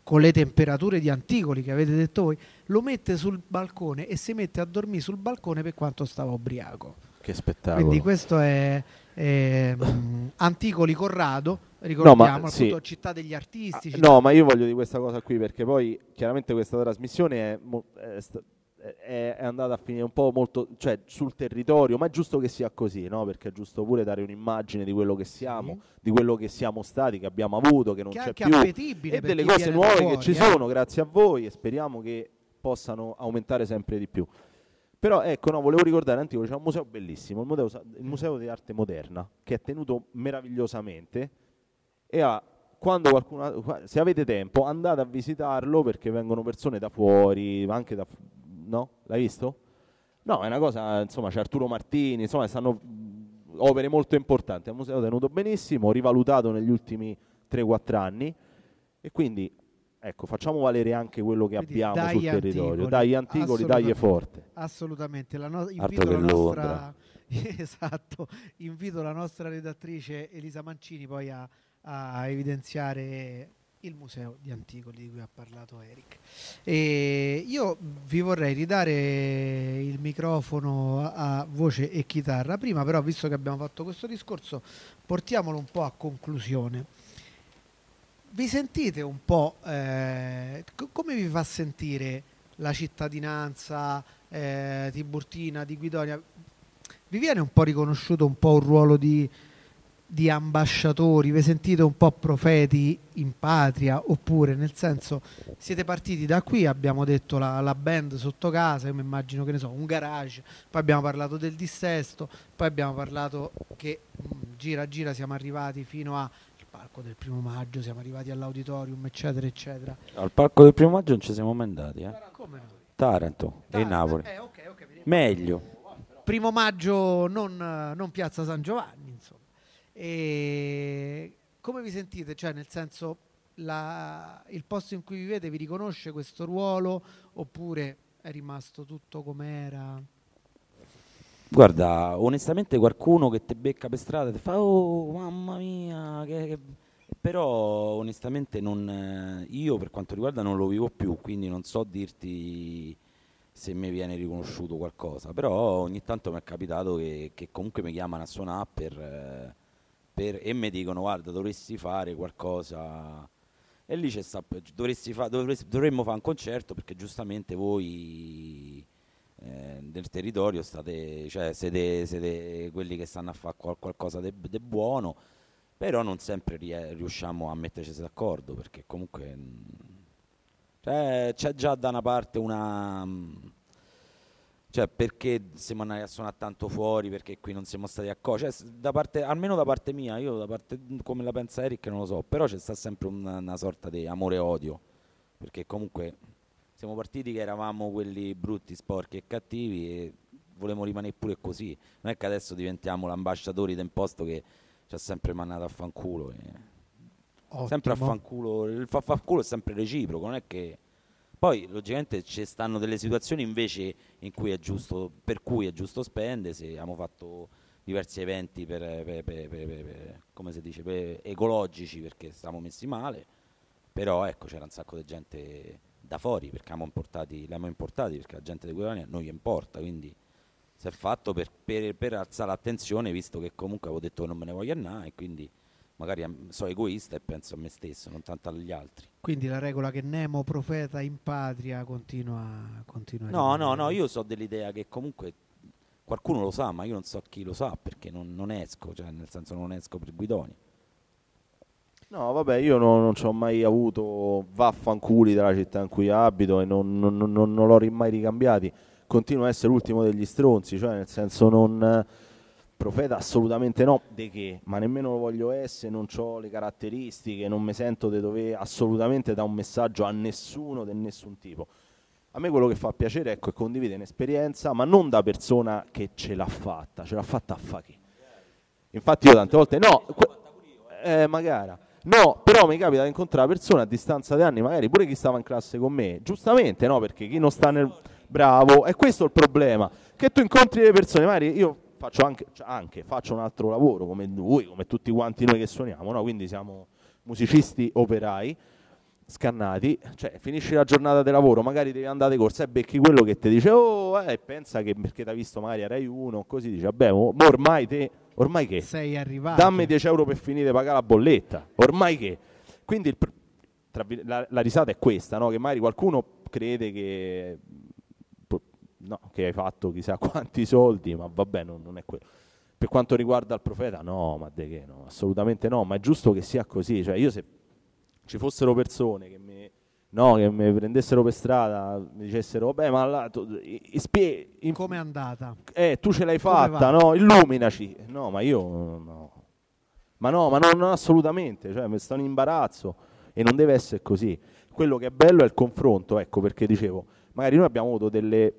con le temperature di Anticoli che avete detto voi, lo mette sul balcone e si mette a dormire sul balcone per quanto stava ubriaco. Che spettacolo. Quindi questo è, è um, Anticoli Corrado, ricordiamo, no, ma, appunto, sì. città degli artisti. Ah, città... No, ma io voglio di questa cosa qui perché poi chiaramente questa trasmissione è, è, è, è andata a finire un po' molto, cioè sul territorio, ma è giusto che sia così, no? Perché è giusto pure dare un'immagine di quello che siamo, sì. di quello che siamo stati, che abbiamo avuto, che non che c'è anche più, appetibile e per delle chi cose viene nuove fuori, che ci eh. sono grazie a voi, e speriamo che possano aumentare sempre di più. Però ecco, no, volevo ricordare, Anticoli c'è un museo bellissimo, il museo, il museo di arte moderna, che è tenuto meravigliosamente, e ha, quando qualcuno, se avete tempo, andate a visitarlo, perché vengono persone da fuori, anche da, no? L'hai visto? No, è una cosa, insomma, c'è Arturo Martini, insomma, stanno opere molto importanti, è un museo tenuto benissimo, rivalutato negli ultimi tre quattro anni, e quindi... Ecco, facciamo valere anche quello che Quindi abbiamo sul Anticoli, territorio. Dai Anticoli, dai forte. Assolutamente. La no- invito Altro la che nostra esatto, invito la nostra redattrice Elisa Mancini poi a, a evidenziare il museo di Anticoli di cui ha parlato Eric. E io vi vorrei ridare il microfono a, a voce e chitarra. Prima però, visto che abbiamo fatto questo discorso, portiamolo un po' a conclusione. Vi sentite un po', eh, co- come vi fa sentire la cittadinanza eh, tiburtina di Guidonia? Vi viene un po' riconosciuto un po' un ruolo di, di ambasciatori? Vi sentite un po' profeti in patria? Oppure, nel senso, siete partiti da qui, abbiamo detto la, la band sotto casa, io mi immagino, che ne so, un garage, poi abbiamo parlato del dissesto, poi abbiamo parlato che mh, gira gira siamo arrivati fino a palco del primo maggio, siamo arrivati all'auditorium, eccetera eccetera. Al palco del primo maggio non ci siamo mai andati, eh? Come no? Taranto, Taranto e Napoli. eh, okay, okay, meglio. Primo maggio non, non Piazza San Giovanni, insomma. E come vi sentite? Cioè, nel senso, la, il posto in cui vivete vi riconosce questo ruolo, oppure è rimasto tutto com'era? Guarda, onestamente qualcuno che ti becca per strada ti fa "Oh, mamma mia", che, che... però onestamente non, eh, io per quanto riguarda non lo vivo più, quindi non so dirti se mi viene riconosciuto qualcosa, però ogni tanto mi è capitato che, che comunque mi chiamano a suonare per, eh, per, e mi dicono "Guarda, dovresti fare qualcosa", e lì c'è sta, dovresti fa, dovresti, dovremmo fare un concerto perché giustamente voi eh, del territorio state, cioè siete, siete quelli che stanno a fare qual- qualcosa di buono, però non sempre rie- riusciamo a metterci d'accordo, perché comunque mh, cioè, c'è già da una parte una mh, cioè perché siamo andati a suonare tanto fuori, perché qui non siamo stati accorti, cioè, s- da parte, almeno da parte mia, io da parte come la pensa Eric non lo so, però c'è sta sempre una, una sorta di amore e odio, perché comunque siamo partiti che eravamo quelli brutti, sporchi e cattivi, e volevamo rimanere pure così. Non è che adesso diventiamo l'ambasciatori del posto che ci ha sempre mandato a fanculo. E... sempre a fanculo. Il fa fanculo è sempre reciproco, non è che... Poi, logicamente, ci stanno delle situazioni invece in cui è giusto, per cui è giusto spendere. Se abbiamo fatto diversi eventi per, per, per, per, per, per come si dice, per ecologici, perché stavamo messi male, però ecco, c'era un sacco di gente da fuori, perché abbiamo importati, li abbiamo importati, perché la gente di Guidonia non gli importa, quindi si è fatto per, per, per alzare l'attenzione, visto che comunque avevo detto che non me ne voglio andare, e quindi magari am- sono egoista e penso a me stesso, non tanto agli altri. Quindi la regola che Nemo profeta in patria continua, continua a No, no, rimanere. no, io so dell'idea che comunque qualcuno lo sa, ma io non so chi lo sa, perché non, non esco, cioè nel senso non esco per Guidonia. No, vabbè, io non, non ci ho mai avuto vaffanculi della città in cui abito e non, non, non, non l'ho ri- mai ricambiati. Continuo a essere l'ultimo degli stronzi, cioè nel senso non... eh, profeta assolutamente no, de che? Ma nemmeno lo voglio essere, non ho le caratteristiche, non mi sento di dover assolutamente dare un messaggio a nessuno di nessun tipo. A me quello che fa piacere, ecco, è condividere un'esperienza, ma non da persona che ce l'ha fatta, ce l'ha fatta a fa che. Infatti io tante volte no, que- eh, magari no, però mi capita di incontrare persone a distanza di anni, magari pure chi stava in classe con me, giustamente no, perché chi non sta nel bravo, è questo il problema, che tu incontri le persone, magari io faccio anche, cioè anche faccio un altro lavoro come lui, come tutti quanti noi che suoniamo, no? Quindi siamo musicisti operai, scannati, cioè finisci la giornata di lavoro, magari devi andare di corsa e becchi quello che ti dice oh, eh, pensa che perché ti ha visto magari a Rai uno, così dice vabbè, mo, mo ormai te, ormai che? Sei arrivato. Dammi dieci euro per finire di pagare la bolletta, ormai che? Quindi il, tra, la, la risata è questa, no? Che magari qualcuno crede che, no, che hai fatto chissà quanti soldi, ma vabbè, non, non è quello. Per quanto riguarda il profeta, no, ma de che no, assolutamente no, ma è giusto che sia così, cioè io se ci fossero persone che mi, no, che mi prendessero per strada, mi dicessero, vabbè, ma là, tu, spie, in, come è andata? Eh, tu ce l'hai fatta, no? Illuminaci. No, ma io no. Ma no, ma non, non assolutamente, cioè mi sto in imbarazzo e non deve essere così. Quello che è bello è il confronto, ecco, perché dicevo, magari noi abbiamo avuto delle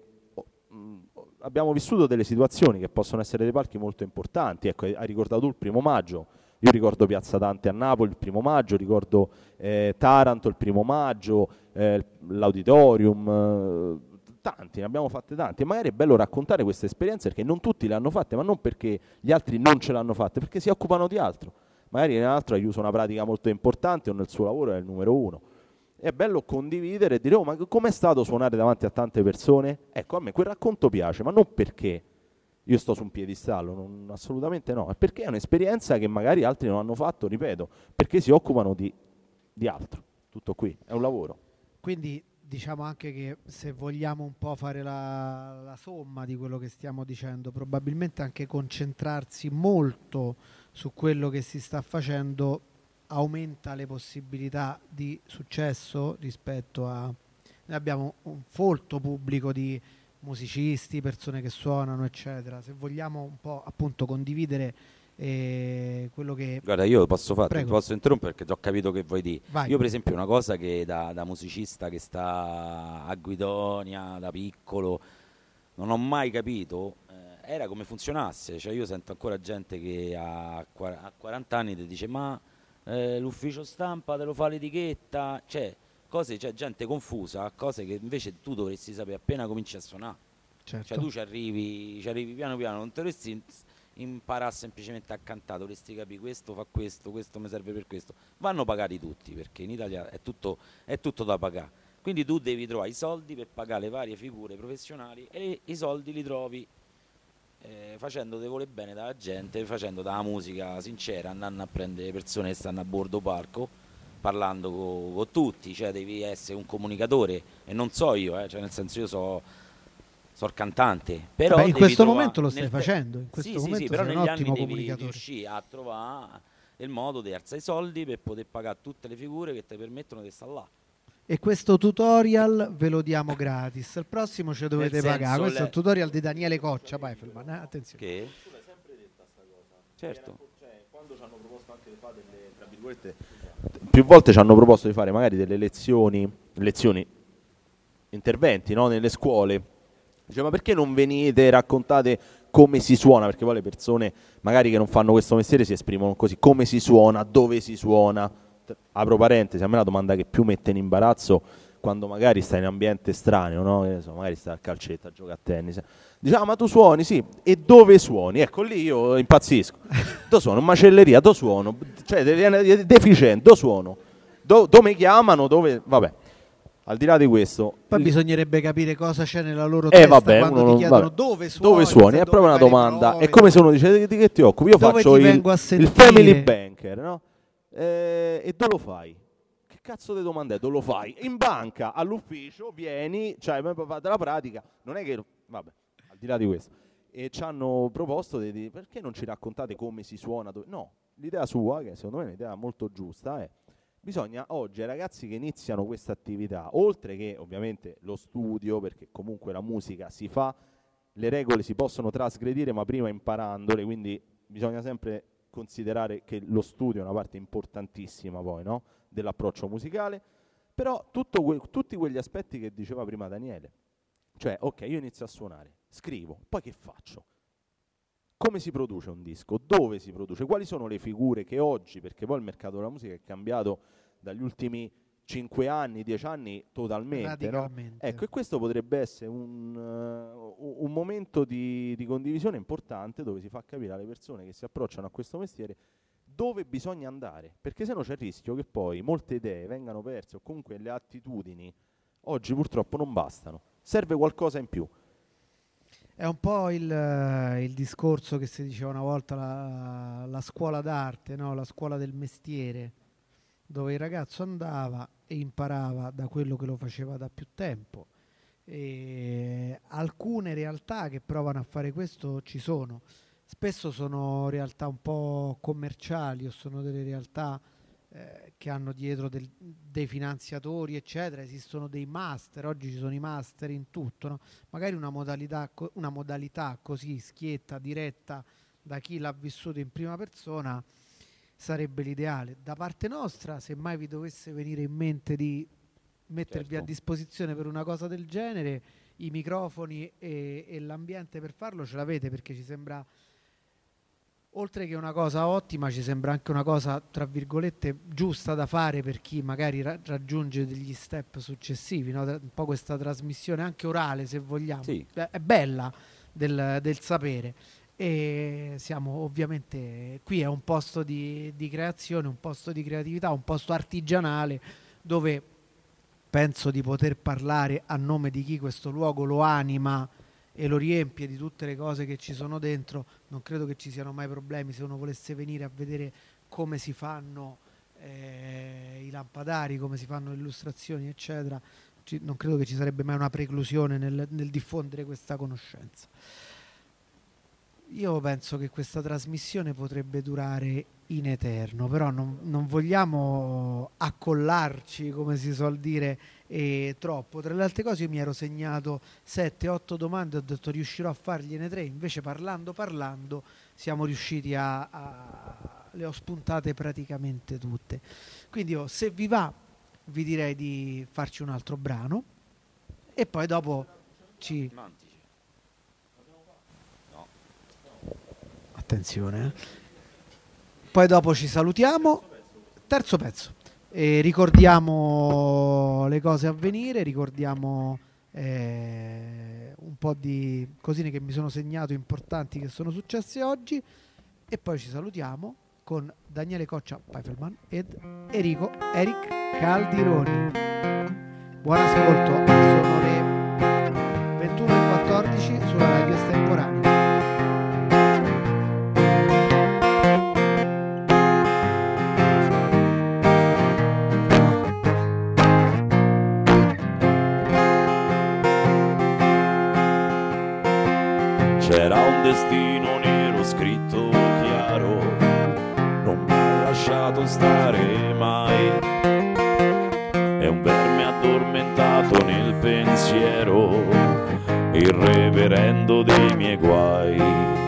abbiamo vissuto delle situazioni che possono essere dei palchi molto importanti, ecco, hai ricordato tu il primo maggio. Io ricordo Piazza Dante a Napoli il primo maggio, ricordo eh, Taranto il primo maggio, eh, l'Auditorium, eh, tanti, ne abbiamo fatte tanti. E magari è bello raccontare queste esperienze perché non tutti le hanno fatte, ma non perché gli altri non ce l'hanno fatte, perché si occupano di altro. Magari nell'altro ha chiuso una pratica molto importante o nel suo lavoro è il numero uno. È bello condividere e dire, oh, ma com'è stato suonare davanti a tante persone? Ecco, a me quel racconto piace, ma non perché io sto su un piedistallo, non, assolutamente no, è perché è un'esperienza che magari altri non hanno fatto, ripeto, perché si occupano di, di altro, tutto qui, è un lavoro. Quindi diciamo anche che se vogliamo un po' fare la, la somma di quello che stiamo dicendo, probabilmente anche concentrarsi molto su quello che si sta facendo aumenta le possibilità di successo rispetto a... Noi abbiamo un folto pubblico di musicisti, persone che suonano, eccetera. Se vogliamo un po' appunto condividere eh, quello che... Guarda, io posso fare, Prego. posso interrompere perché ho capito che vuoi dire. Vai. Io per esempio una cosa che da, da musicista che sta a Guidonia da piccolo non ho mai capito eh, era come funzionasse. Cioè io sento ancora gente che a, a quaranta anni ti dice ma eh, l'ufficio stampa te lo fa l'etichetta, cioè cose, c'è gente confusa, cose che invece tu dovresti sapere appena cominci a suonare. Certo. Cioè tu ci arrivi, ci arrivi piano piano, non dovresti imparare semplicemente a cantare, dovresti capire questo fa questo, questo mi serve per questo. Vanno pagati tutti perché in Italia è tutto, è tutto da pagare. Quindi tu devi trovare i soldi per pagare le varie figure professionali e i soldi li trovi eh, facendo te vuole bene dalla gente, facendo dalla musica sincera, andando a prendere persone che stanno a bordo palco, parlando con, con tutti, cioè devi essere un comunicatore e non so io, eh, cioè nel senso io so, so il cantante, però Beh, in devi questo trovare- momento lo stai nel te- facendo, in questo sì, sì, momento sì, però sei un negli ottimo anni devi comunicatore. riuscire a trovare il modo di alzare i soldi per poter pagare tutte le figure che ti permettono di stare là. E questo tutorial ve lo diamo gratis. Il prossimo ce lo dovete Nel senso, pagare. Questo è le- il tutorial di Daniele Coccia. Vai, Felman, eh, attenzione. Che? Tu l'hai sempre detta sta cosa. Certo. Cioè, quando ci hanno proposto anche di fare delle, tra virgolette, più volte ci hanno proposto di fare magari delle lezioni, lezioni, interventi, no, nelle scuole. Dice, ma perché non venite, raccontate come si suona? Perché poi le persone magari che non fanno questo mestiere si esprimono così, come si suona, dove si suona. Apro parentesi, a me la domanda che più mette in imbarazzo quando magari stai in ambiente estraneo, no? Che ne so, magari stai al calcetto, a giocare a tennis. Dici, ah, ma tu suoni, sì, e dove suoni? Ecco, lì io impazzisco. Dove suono? In macelleria, dove suono? Cioè, viene deficiente, dove suono? Do, dove mi chiamano, dove... Vabbè, al di là di questo... Poi bisognerebbe capire cosa c'è nella loro Eh testa vabbè, quando uno ti non- chiedono vabbè. dove suoni. Dove suoni? se È dove proprio una fai le domanda. prove, È come se uno dice di, di che ti occupi? Io Dove faccio ti il, vengo a il sentire? family banker, no? Eh, e dove lo fai? Che cazzo di domanda è? Dove lo fai? In banca, all'ufficio, vieni, cioè fate la pratica. Non è che... Vabbè, al di là di questo. E ci hanno proposto di, di- perché non ci raccontate come si suona? Dove... No, l'idea sua, che secondo me è un'idea molto giusta, è bisogna oggi ai ragazzi che iniziano questa attività, oltre che ovviamente lo studio, perché comunque la musica si fa, le regole si possono trasgredire, ma prima imparandole, quindi bisogna sempre considerare che lo studio è una parte importantissima poi, no? Dell'approccio musicale, però tutto que- tutti quegli aspetti che diceva prima Daniele, cioè ok, io inizio a suonare, scrivo, poi che faccio? Come si produce un disco? Dove si produce? Quali sono le figure che oggi, perché poi il mercato della musica è cambiato dagli ultimi cinque anni, dieci anni totalmente, no? Radicalmente. Ecco, e questo potrebbe essere un, uh, un momento di, di condivisione importante dove si fa capire alle persone che si approcciano a questo mestiere dove bisogna andare, perché sennò c'è il rischio che poi molte idee vengano perse o comunque le attitudini oggi purtroppo non bastano, serve qualcosa in più. È un po' il, eh, il discorso che si diceva una volta, la, la scuola d'arte, no? La scuola del mestiere, dove il ragazzo andava e imparava da quello che lo faceva da più tempo. E alcune realtà che provano a fare questo ci sono, spesso sono realtà un po' commerciali o sono delle realtà eh, che hanno dietro del, dei finanziatori eccetera, esistono dei master, oggi ci sono i master in tutto, no? Magari una modalità, una modalità così schietta, diretta da chi l'ha vissuto in prima persona sarebbe l'ideale. Da parte nostra, se mai vi dovesse venire in mente di mettervi Certo. a disposizione per una cosa del genere, i microfoni e, e l'ambiente per farlo ce l'avete, perché ci sembra, oltre che una cosa ottima, ci sembra anche una cosa tra virgolette giusta da fare per chi magari ra- raggiunge degli step successivi, no? Un po' questa trasmissione anche orale, se vogliamo. Sì. Beh, è bella del, del sapere. E siamo ovviamente qui, è un posto di, di creazione, un posto di creatività, un posto artigianale dove penso di poter parlare a nome di chi questo luogo lo anima e lo riempie di tutte le cose che ci sono dentro. Non credo che ci siano mai problemi se uno volesse venire a vedere come si fanno eh, i lampadari, come si fanno le illustrazioni eccetera. Ci, non credo che ci sarebbe mai una preclusione nel, nel diffondere questa conoscenza. Io penso che questa trasmissione potrebbe durare in eterno, però non, non vogliamo accollarci, come si suol dire, eh, troppo. Tra le altre cose io mi ero segnato sette otto domande, ho detto riuscirò a fargliene tre, invece parlando parlando siamo riusciti a, a le ho spuntate praticamente tutte. Quindi io, se vi va, vi direi di farci un altro brano e poi dopo ci... Attenzione, eh. Poi dopo ci salutiamo. Terzo pezzo. E ricordiamo le cose a venire, ricordiamo eh, un po' di cosine che mi sono segnato importanti che sono successe oggi e poi ci salutiamo con Daniele Coccia Pfeifferman ed Enrico Eric Caldironi. Buon ascolto, sono le ventuno e quattordici sulla radio estemporanea. C'era un destino nero scritto chiaro, non mi ha lasciato stare mai. È un verme addormentato nel pensiero, il reverendo dei miei guai.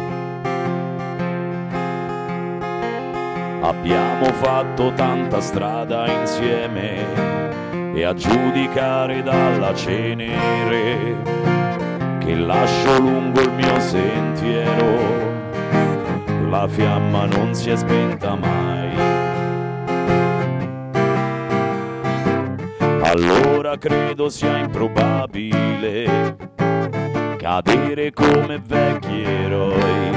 Abbiamo fatto tanta strada insieme e a giudicare dalla cenere che lascio lungo il mio sentiero, la fiamma non si è spenta mai. Allora credo sia improbabile cadere come vecchi eroi,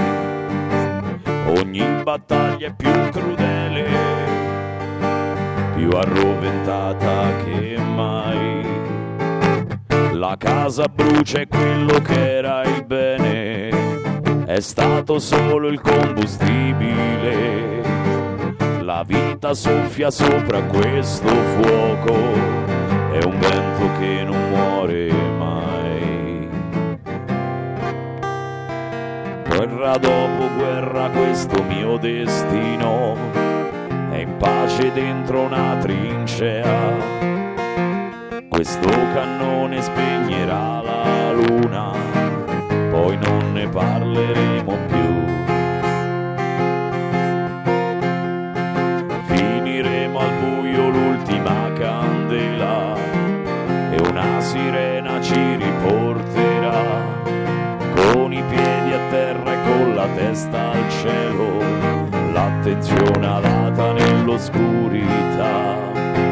ogni battaglia è più crudele, più arroventata che mai. La casa brucia e quello che era il bene è stato solo il combustibile. La vita soffia sopra questo fuoco, è un vento che non muore mai. Guerra dopo guerra questo mio destino è in pace dentro una trincea. Questo cannone spegnerà la luna, poi non ne parleremo più. Finiremo al buio l'ultima candela e una sirena ci riporterà con i piedi a terra e con la testa al cielo, l'attenzione alata nell'oscurità.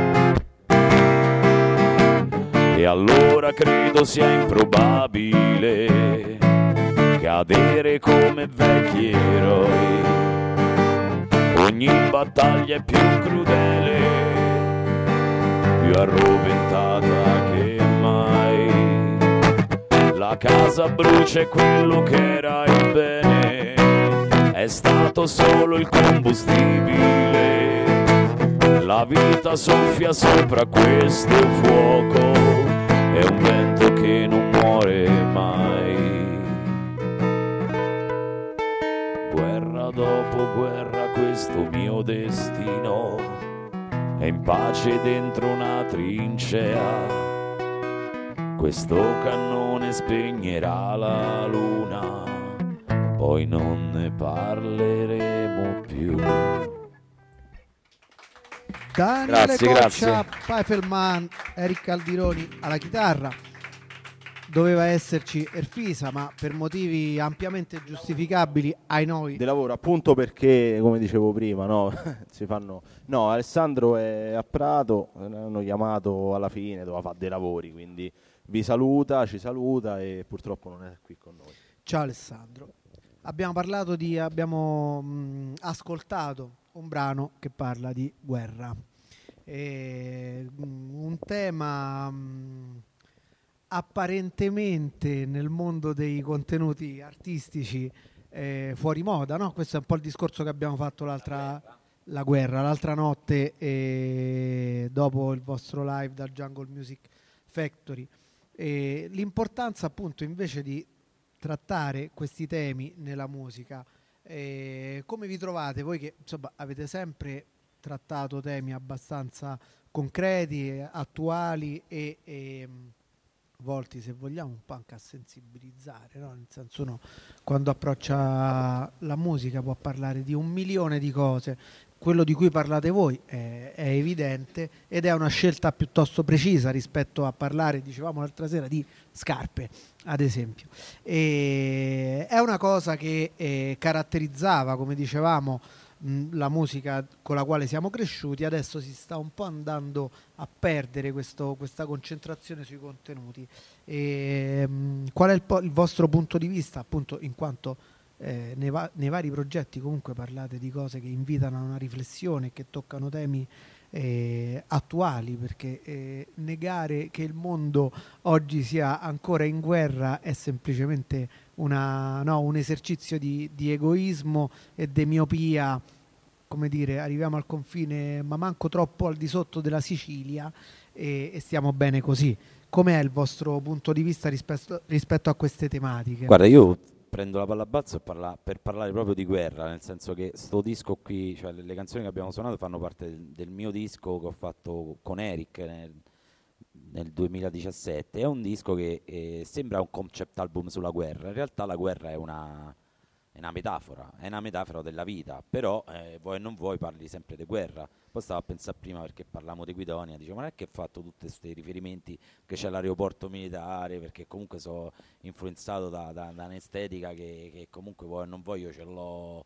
E allora credo sia improbabile cadere come vecchi eroi, ogni battaglia è più crudele, più arroventata che mai. La casa brucia e quello che era il bene è stato solo il combustibile. La vita soffia sopra questo fuoco, è un vento che non muore mai. Guerra dopo guerra questo mio destino è in pace dentro una trincea. Questo cannone spegnerà la luna, poi non ne parleremo più. Daniele Grazie, Coccia, grazie. Pfeifferman, Eric Caldironi alla chitarra. Doveva esserci Erfisa, ma per motivi ampiamente giustificabili ai noi di lavoro, appunto perché, come dicevo prima, no, si fanno. No, Alessandro è a Prato, l'hanno chiamato alla fine, doveva fare dei lavori, quindi vi saluta, ci saluta e purtroppo non è qui con noi. Ciao Alessandro. Abbiamo parlato di abbiamo mh, ascoltato un brano che parla di guerra. E, mh, un tema mh, apparentemente nel mondo dei contenuti artistici eh, fuori moda, no? Questo è un po' il discorso che abbiamo fatto l'altra la guerra, l'altra notte eh, dopo il vostro live da Jungle Music Factory. E l'importanza appunto invece di trattare questi temi nella musica, eh, come vi trovate voi che insomma avete sempre trattato temi abbastanza concreti, attuali e, e volti, se vogliamo, un po' anche a sensibilizzare, no? Nel senso, no, quando approccia la musica può parlare di un milione di cose. Quello di cui parlate voi è, è evidente ed è una scelta piuttosto precisa rispetto a parlare, dicevamo l'altra sera, di scarpe, ad esempio. E è una cosa che eh, caratterizzava, come dicevamo, mh, la musica con la quale siamo cresciuti. Adesso si sta un po' andando a perdere questo, questa concentrazione sui contenuti. E, mh, qual è il, po- il vostro punto di vista, appunto, in quanto Eh, nei, va- nei vari progetti comunque parlate di cose che invitano a una riflessione, che toccano temi eh, attuali, perché eh, negare che il mondo oggi sia ancora in guerra è semplicemente una, no, un esercizio di, di egoismo e di miopia. Come dire, arriviamo al confine ma manco troppo al di sotto della Sicilia e, e stiamo bene così. Com'è il vostro punto di vista rispetto, rispetto a queste tematiche? Guarda, io prendo la palla a balzo e parla, per parlare proprio di guerra, nel senso che sto disco qui, cioè le, le canzoni che abbiamo suonato fanno parte del, del mio disco che ho fatto con Eric nel, nel duemiladiciassette. È un disco che eh, sembra un concept album sulla guerra, in realtà la guerra è una, è una metafora, è una metafora della vita, però eh, vuoi o non vuoi parli sempre di guerra. Poi stavo a pensare prima, perché parliamo di Guidonia, dicevo, ma non è che ha fatto tutti questi riferimenti, che c'è l'aeroporto militare, perché comunque sono influenzato da, da, da un'estetica che, che comunque vuoi o non voglio ce l'ho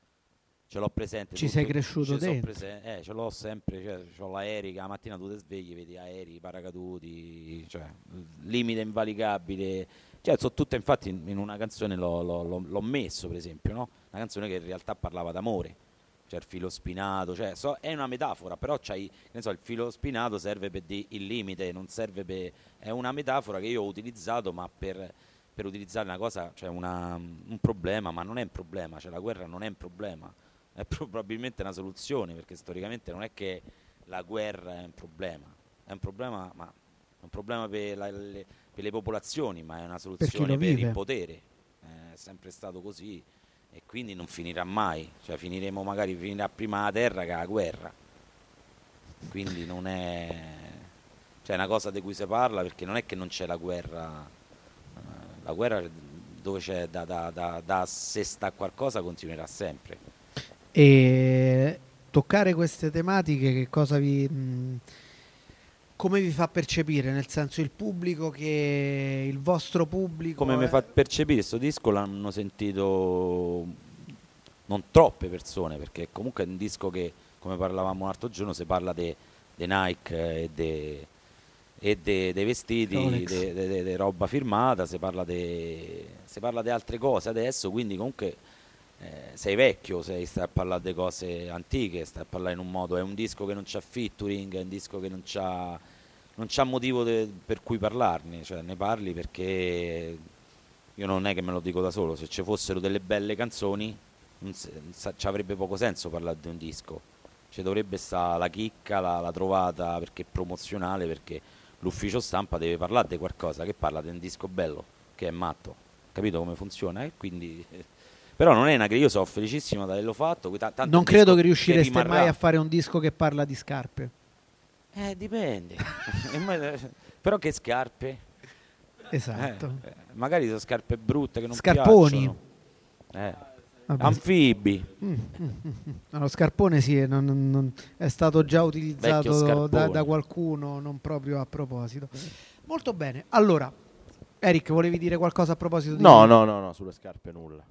ce l'ho presente. Ci tutto, sei cresciuto ci so dentro. presen- eh, ce l'ho sempre, cioè, c'ho l'aereo, la mattina tu ti svegli, vedi aerei, paracaduti, cioè limite invalicabile, cioè sono tutte, infatti in, in una canzone l'ho, l'ho, l'ho, l'ho messo per esempio, no? Una canzone che in realtà parlava d'amore, cioè il filo spinato, cioè so, è una metafora, però c'hai, che ne so, il filo spinato serve per dire il limite, non serve per, è una metafora che io ho utilizzato, ma per, per utilizzare una cosa, cioè una, un problema, ma non è un problema, cioè la guerra non è un problema, è probabilmente una soluzione, perché storicamente non è che la guerra è un problema, è un problema, ma è un problema per, la, le, per le popolazioni, ma è una soluzione per, per il potere, è sempre stato così. E quindi non finirà mai, cioè finiremo, magari finirà prima la terra che la guerra, quindi non è, cioè, una cosa di cui si parla, perché non è che non c'è la guerra, la guerra dove c'è da, da, da, da assesta qualcosa continuerà sempre. E toccare queste tematiche che cosa vi mh, come vi fa percepire, nel senso, il pubblico, che il vostro pubblico Come è... mi fa percepire questo disco l'hanno sentito non troppe persone, perché comunque è un disco che, come parlavamo l'altro giorno, si parla dei de Nike e dei e de, de vestiti, di roba firmata, si parla di altre cose adesso, quindi comunque eh, sei vecchio, sei, stai a parlare di cose antiche, stai a parlare in un modo, è un disco che non c'ha featuring, è un disco che non c'ha, non c'ha motivo de, per cui parlarne, cioè ne parli perché io non è che me lo dico da solo, se ci fossero delle belle canzoni non se, ci avrebbe poco senso parlare di un disco, ci dovrebbe stare la chicca, la, la trovata perché è promozionale, perché l'ufficio stampa deve parlare di qualcosa che parla di un disco bello, che è matto, capito come funziona? E quindi, eh, però non è una che io sono felicissimo di averlo fatto. t- tanto Non un credo disco che riuscireste rimarrà- mai a fare un disco che parla di scarpe. Eh, dipende. E ma- però che scarpe? Esatto. Eh, eh, magari sono scarpe brutte che non Scarponi. piacciono. Eh. Vabbè. Anfibi. Mm, mm, mm, mm. No, lo scarpone sì, non- non- non- è stato già Vecchio utilizzato scarpone. da, da qualcuno, non proprio a proposito. Molto bene. Allora, Eric, volevi dire qualcosa a proposito di... No, no, no, no, sulle scarpe nulla.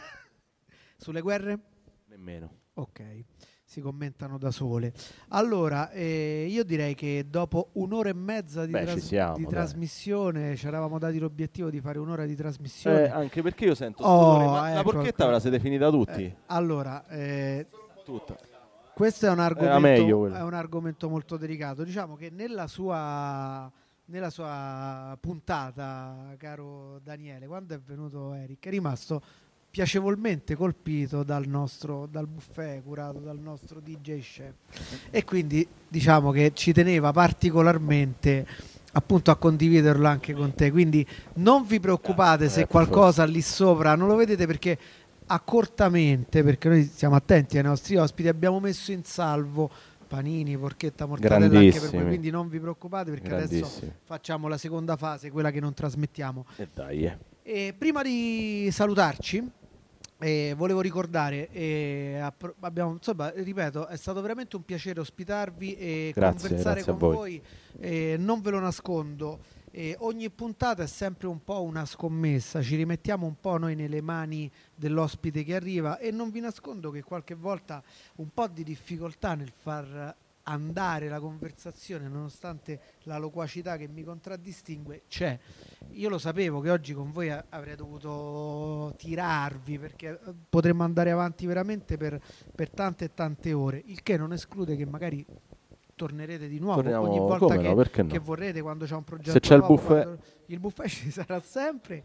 Sulle guerre? Nemmeno. Ok, si commentano da sole. Allora, eh, io direi che dopo un'ora e mezza di, Beh, tras- ci siamo, di dai. trasmissione, ci eravamo dati l'obiettivo di fare un'ora di trasmissione. Eh, anche perché io sento Oh, sudore, ma la ecco, porchetta ecco. ve la siete finita tutti? Eh, allora, eh, Tutta. questo è un, meglio argomento, quello. è un argomento molto delicato. Diciamo che nella sua, nella sua puntata, caro Daniele, quando è venuto Eric, è rimasto piacevolmente colpito dal nostro dal buffet curato dal nostro D J chef, e quindi diciamo che ci teneva particolarmente appunto a condividerlo anche con te, quindi non vi preoccupate se Eh, qualcosa lì sopra non lo vedete, perché accortamente, perché noi siamo attenti ai nostri ospiti, abbiamo messo in salvo panini, porchetta, mortadella anche per voi, Grandissimi. quindi non vi preoccupate perché adesso Grandissimi. facciamo la seconda fase, quella che non trasmettiamo. E dai, eh. E prima di salutarci, eh, volevo ricordare, eh, appro- abbiamo, insomma, ripeto, è stato veramente un piacere ospitarvi e Grazie, conversare grazie a con voi. voi. Eh, non ve lo nascondo, eh, ogni puntata è sempre un po' una scommessa, ci rimettiamo un po' noi nelle mani dell'ospite che arriva, e non vi nascondo che qualche volta un po' di difficoltà nel far andare la conversazione, nonostante la loquacità che mi contraddistingue, c'è. Io lo sapevo che oggi con voi a- avrei dovuto tirarvi, perché eh, potremmo andare avanti veramente per, per tante e tante ore, il che non esclude che magari tornerete di nuovo Torniamo, ogni volta come che, no, perché no? che vorrete, quando c'è un progetto Se c'è il nuovo, buffet. quando- il buffet ci sarà sempre,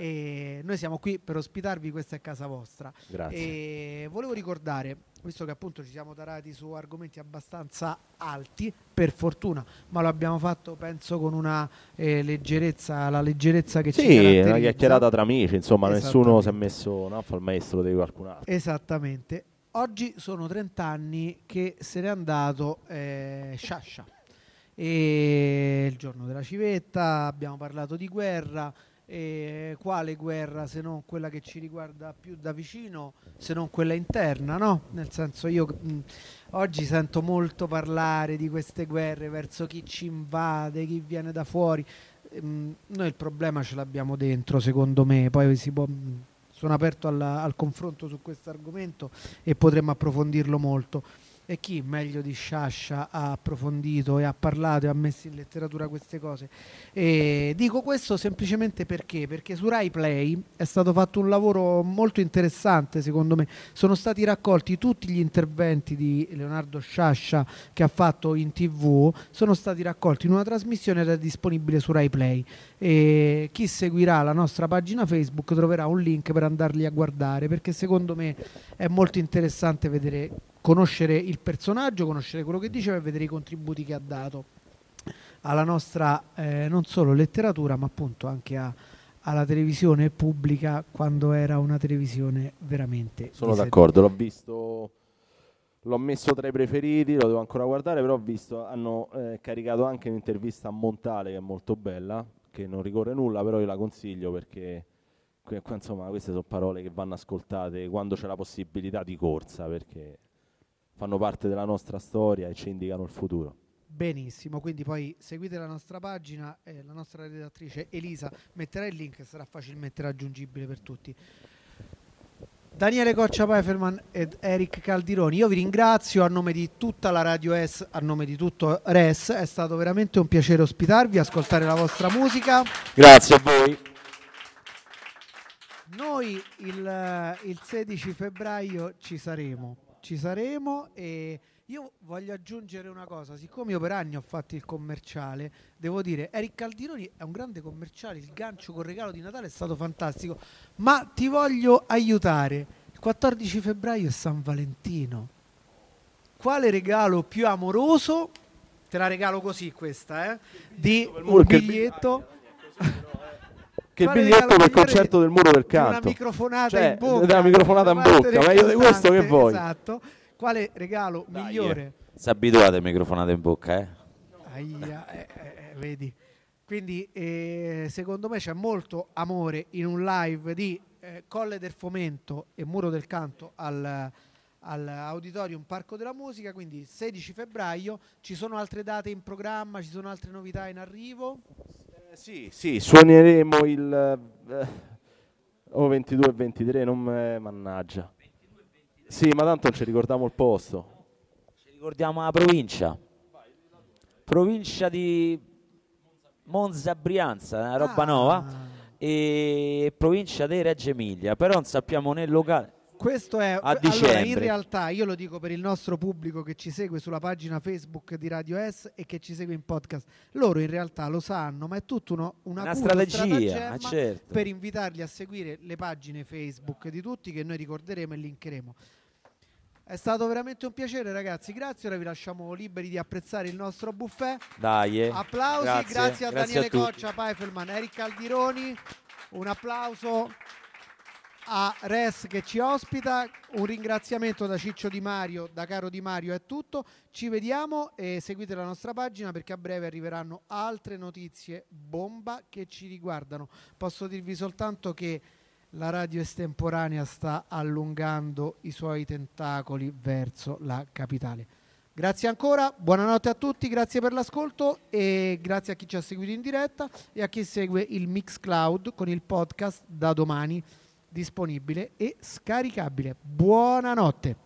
e noi siamo qui per ospitarvi, questa è casa vostra. Grazie. E volevo ricordare, visto che appunto ci siamo tarati su argomenti abbastanza alti, per fortuna, ma lo abbiamo fatto penso con una eh, leggerezza, la leggerezza che ci Sì, caratterizza. una chiacchierata tra amici, insomma, nessuno si è Esattamente. messo no, a fare il maestro di qualcun altro. Esattamente. Oggi sono trenta anni che se n'è andato eh, Sciascia. E il giorno della civetta abbiamo parlato di guerra. E quale guerra se non quella che ci riguarda più da vicino, se non quella interna, no? Nel senso, io mh, oggi sento molto parlare di queste guerre verso chi ci invade, chi viene da fuori. Ehm, noi il problema ce l'abbiamo dentro, secondo me. Poi si può, mh, sono aperto alla- al confronto su questo argomento e potremmo approfondirlo molto. E chi meglio di Sciascia ha approfondito e ha parlato e ha messo in letteratura queste cose? E dico questo semplicemente perché? Perché su Rai Play è stato fatto un lavoro molto interessante, secondo me. Sono stati raccolti tutti gli interventi di Leonardo Sciascia che ha fatto in tivù, sono stati raccolti in una trasmissione ed è disponibile su Rai Play. E chi seguirà la nostra pagina Facebook troverà un link per andarli a guardare, perché secondo me è molto interessante vedere, conoscere il personaggio, conoscere quello che diceva e vedere i contributi che ha dato alla nostra eh, non solo letteratura, ma appunto anche a, alla televisione pubblica, quando era una televisione veramente Sono di d'accordo, l'ho visto, l'ho messo tra i preferiti, lo devo ancora guardare, però ho visto, hanno eh, caricato anche un'intervista a Montale che è molto bella, che non ricorre nulla, però io la consiglio perché que- qua, insomma, queste sono parole che vanno ascoltate quando c'è la possibilità di corsa, perché fanno parte della nostra storia e ci indicano il futuro. Benissimo, quindi poi seguite la nostra pagina, eh, la nostra redattrice Elisa metterà il link e sarà facilmente raggiungibile per tutti. Daniele Coccia Pfefferman ed Eric Caldironi, io vi ringrazio a nome di tutta la Radio S, a nome di tutto Res, è stato veramente un piacere ospitarvi, ascoltare la vostra musica. Grazie a voi. Noi il, il sedici febbraio ci saremo, ci saremo e io voglio aggiungere una cosa, siccome io per anni ho fatto il commerciale, devo dire, Eric Caldironi è un grande commerciale, il gancio col regalo di Natale è stato fantastico, ma ti voglio aiutare, il quattordici febbraio è San Valentino, quale regalo più amoroso, te la regalo così questa, eh, di un biglietto... Che il biglietto per il concerto del Muro del Canto. Una microfonata cioè, in bocca. Una microfonata in bocca, ma io di questo che vuoi? Esatto. Quale regalo Dai, migliore? Si abituate a microfonate in bocca, eh? Aia, eh, eh, vedi. Quindi eh, secondo me c'è molto amore in un live di eh, Colle del Fomento e Muro del Canto al, all'Auditorium Parco della Musica, quindi sedici febbraio. Ci sono altre date in programma, ci sono altre novità in arrivo? Sì, sì, suoneremo il eh, oh, ventidue e ventitré, non me, mannaggia. Sì, ma tanto non ci ricordiamo il posto. Ci ricordiamo la provincia. Provincia di Monza Brianza, una roba Ah. nuova. E provincia di Reggio Emilia, però non sappiamo né il locale. Questo è A allora, in dicembre. realtà io lo dico per il nostro pubblico che ci segue sulla pagina Facebook di Radio S e che ci segue in podcast. Loro in realtà lo sanno, ma è tutto uno, una, Una acuto strategia, stratagemma ma certo. per invitarli a seguire le pagine Facebook di tutti che noi ricorderemo e linkeremo. È stato veramente un piacere, ragazzi. Grazie, ora vi lasciamo liberi di apprezzare il nostro buffet. Dai, eh. Applausi, Grazie, grazie a grazie Daniele a tutti. Coccia, Pfeifferman, Eric Caldironi. Un applauso a Res che ci ospita, un ringraziamento da Ciccio Di Mario, da Caro Di Mario, è tutto. Ci vediamo e seguite la nostra pagina perché a breve arriveranno altre notizie bomba che ci riguardano. Posso dirvi soltanto che la radio estemporanea sta allungando i suoi tentacoli verso la capitale. Grazie ancora, buonanotte a tutti, grazie per l'ascolto e grazie a chi ci ha seguito in diretta e a chi segue il Mixcloud con il podcast da domani disponibile e scaricabile. Buonanotte.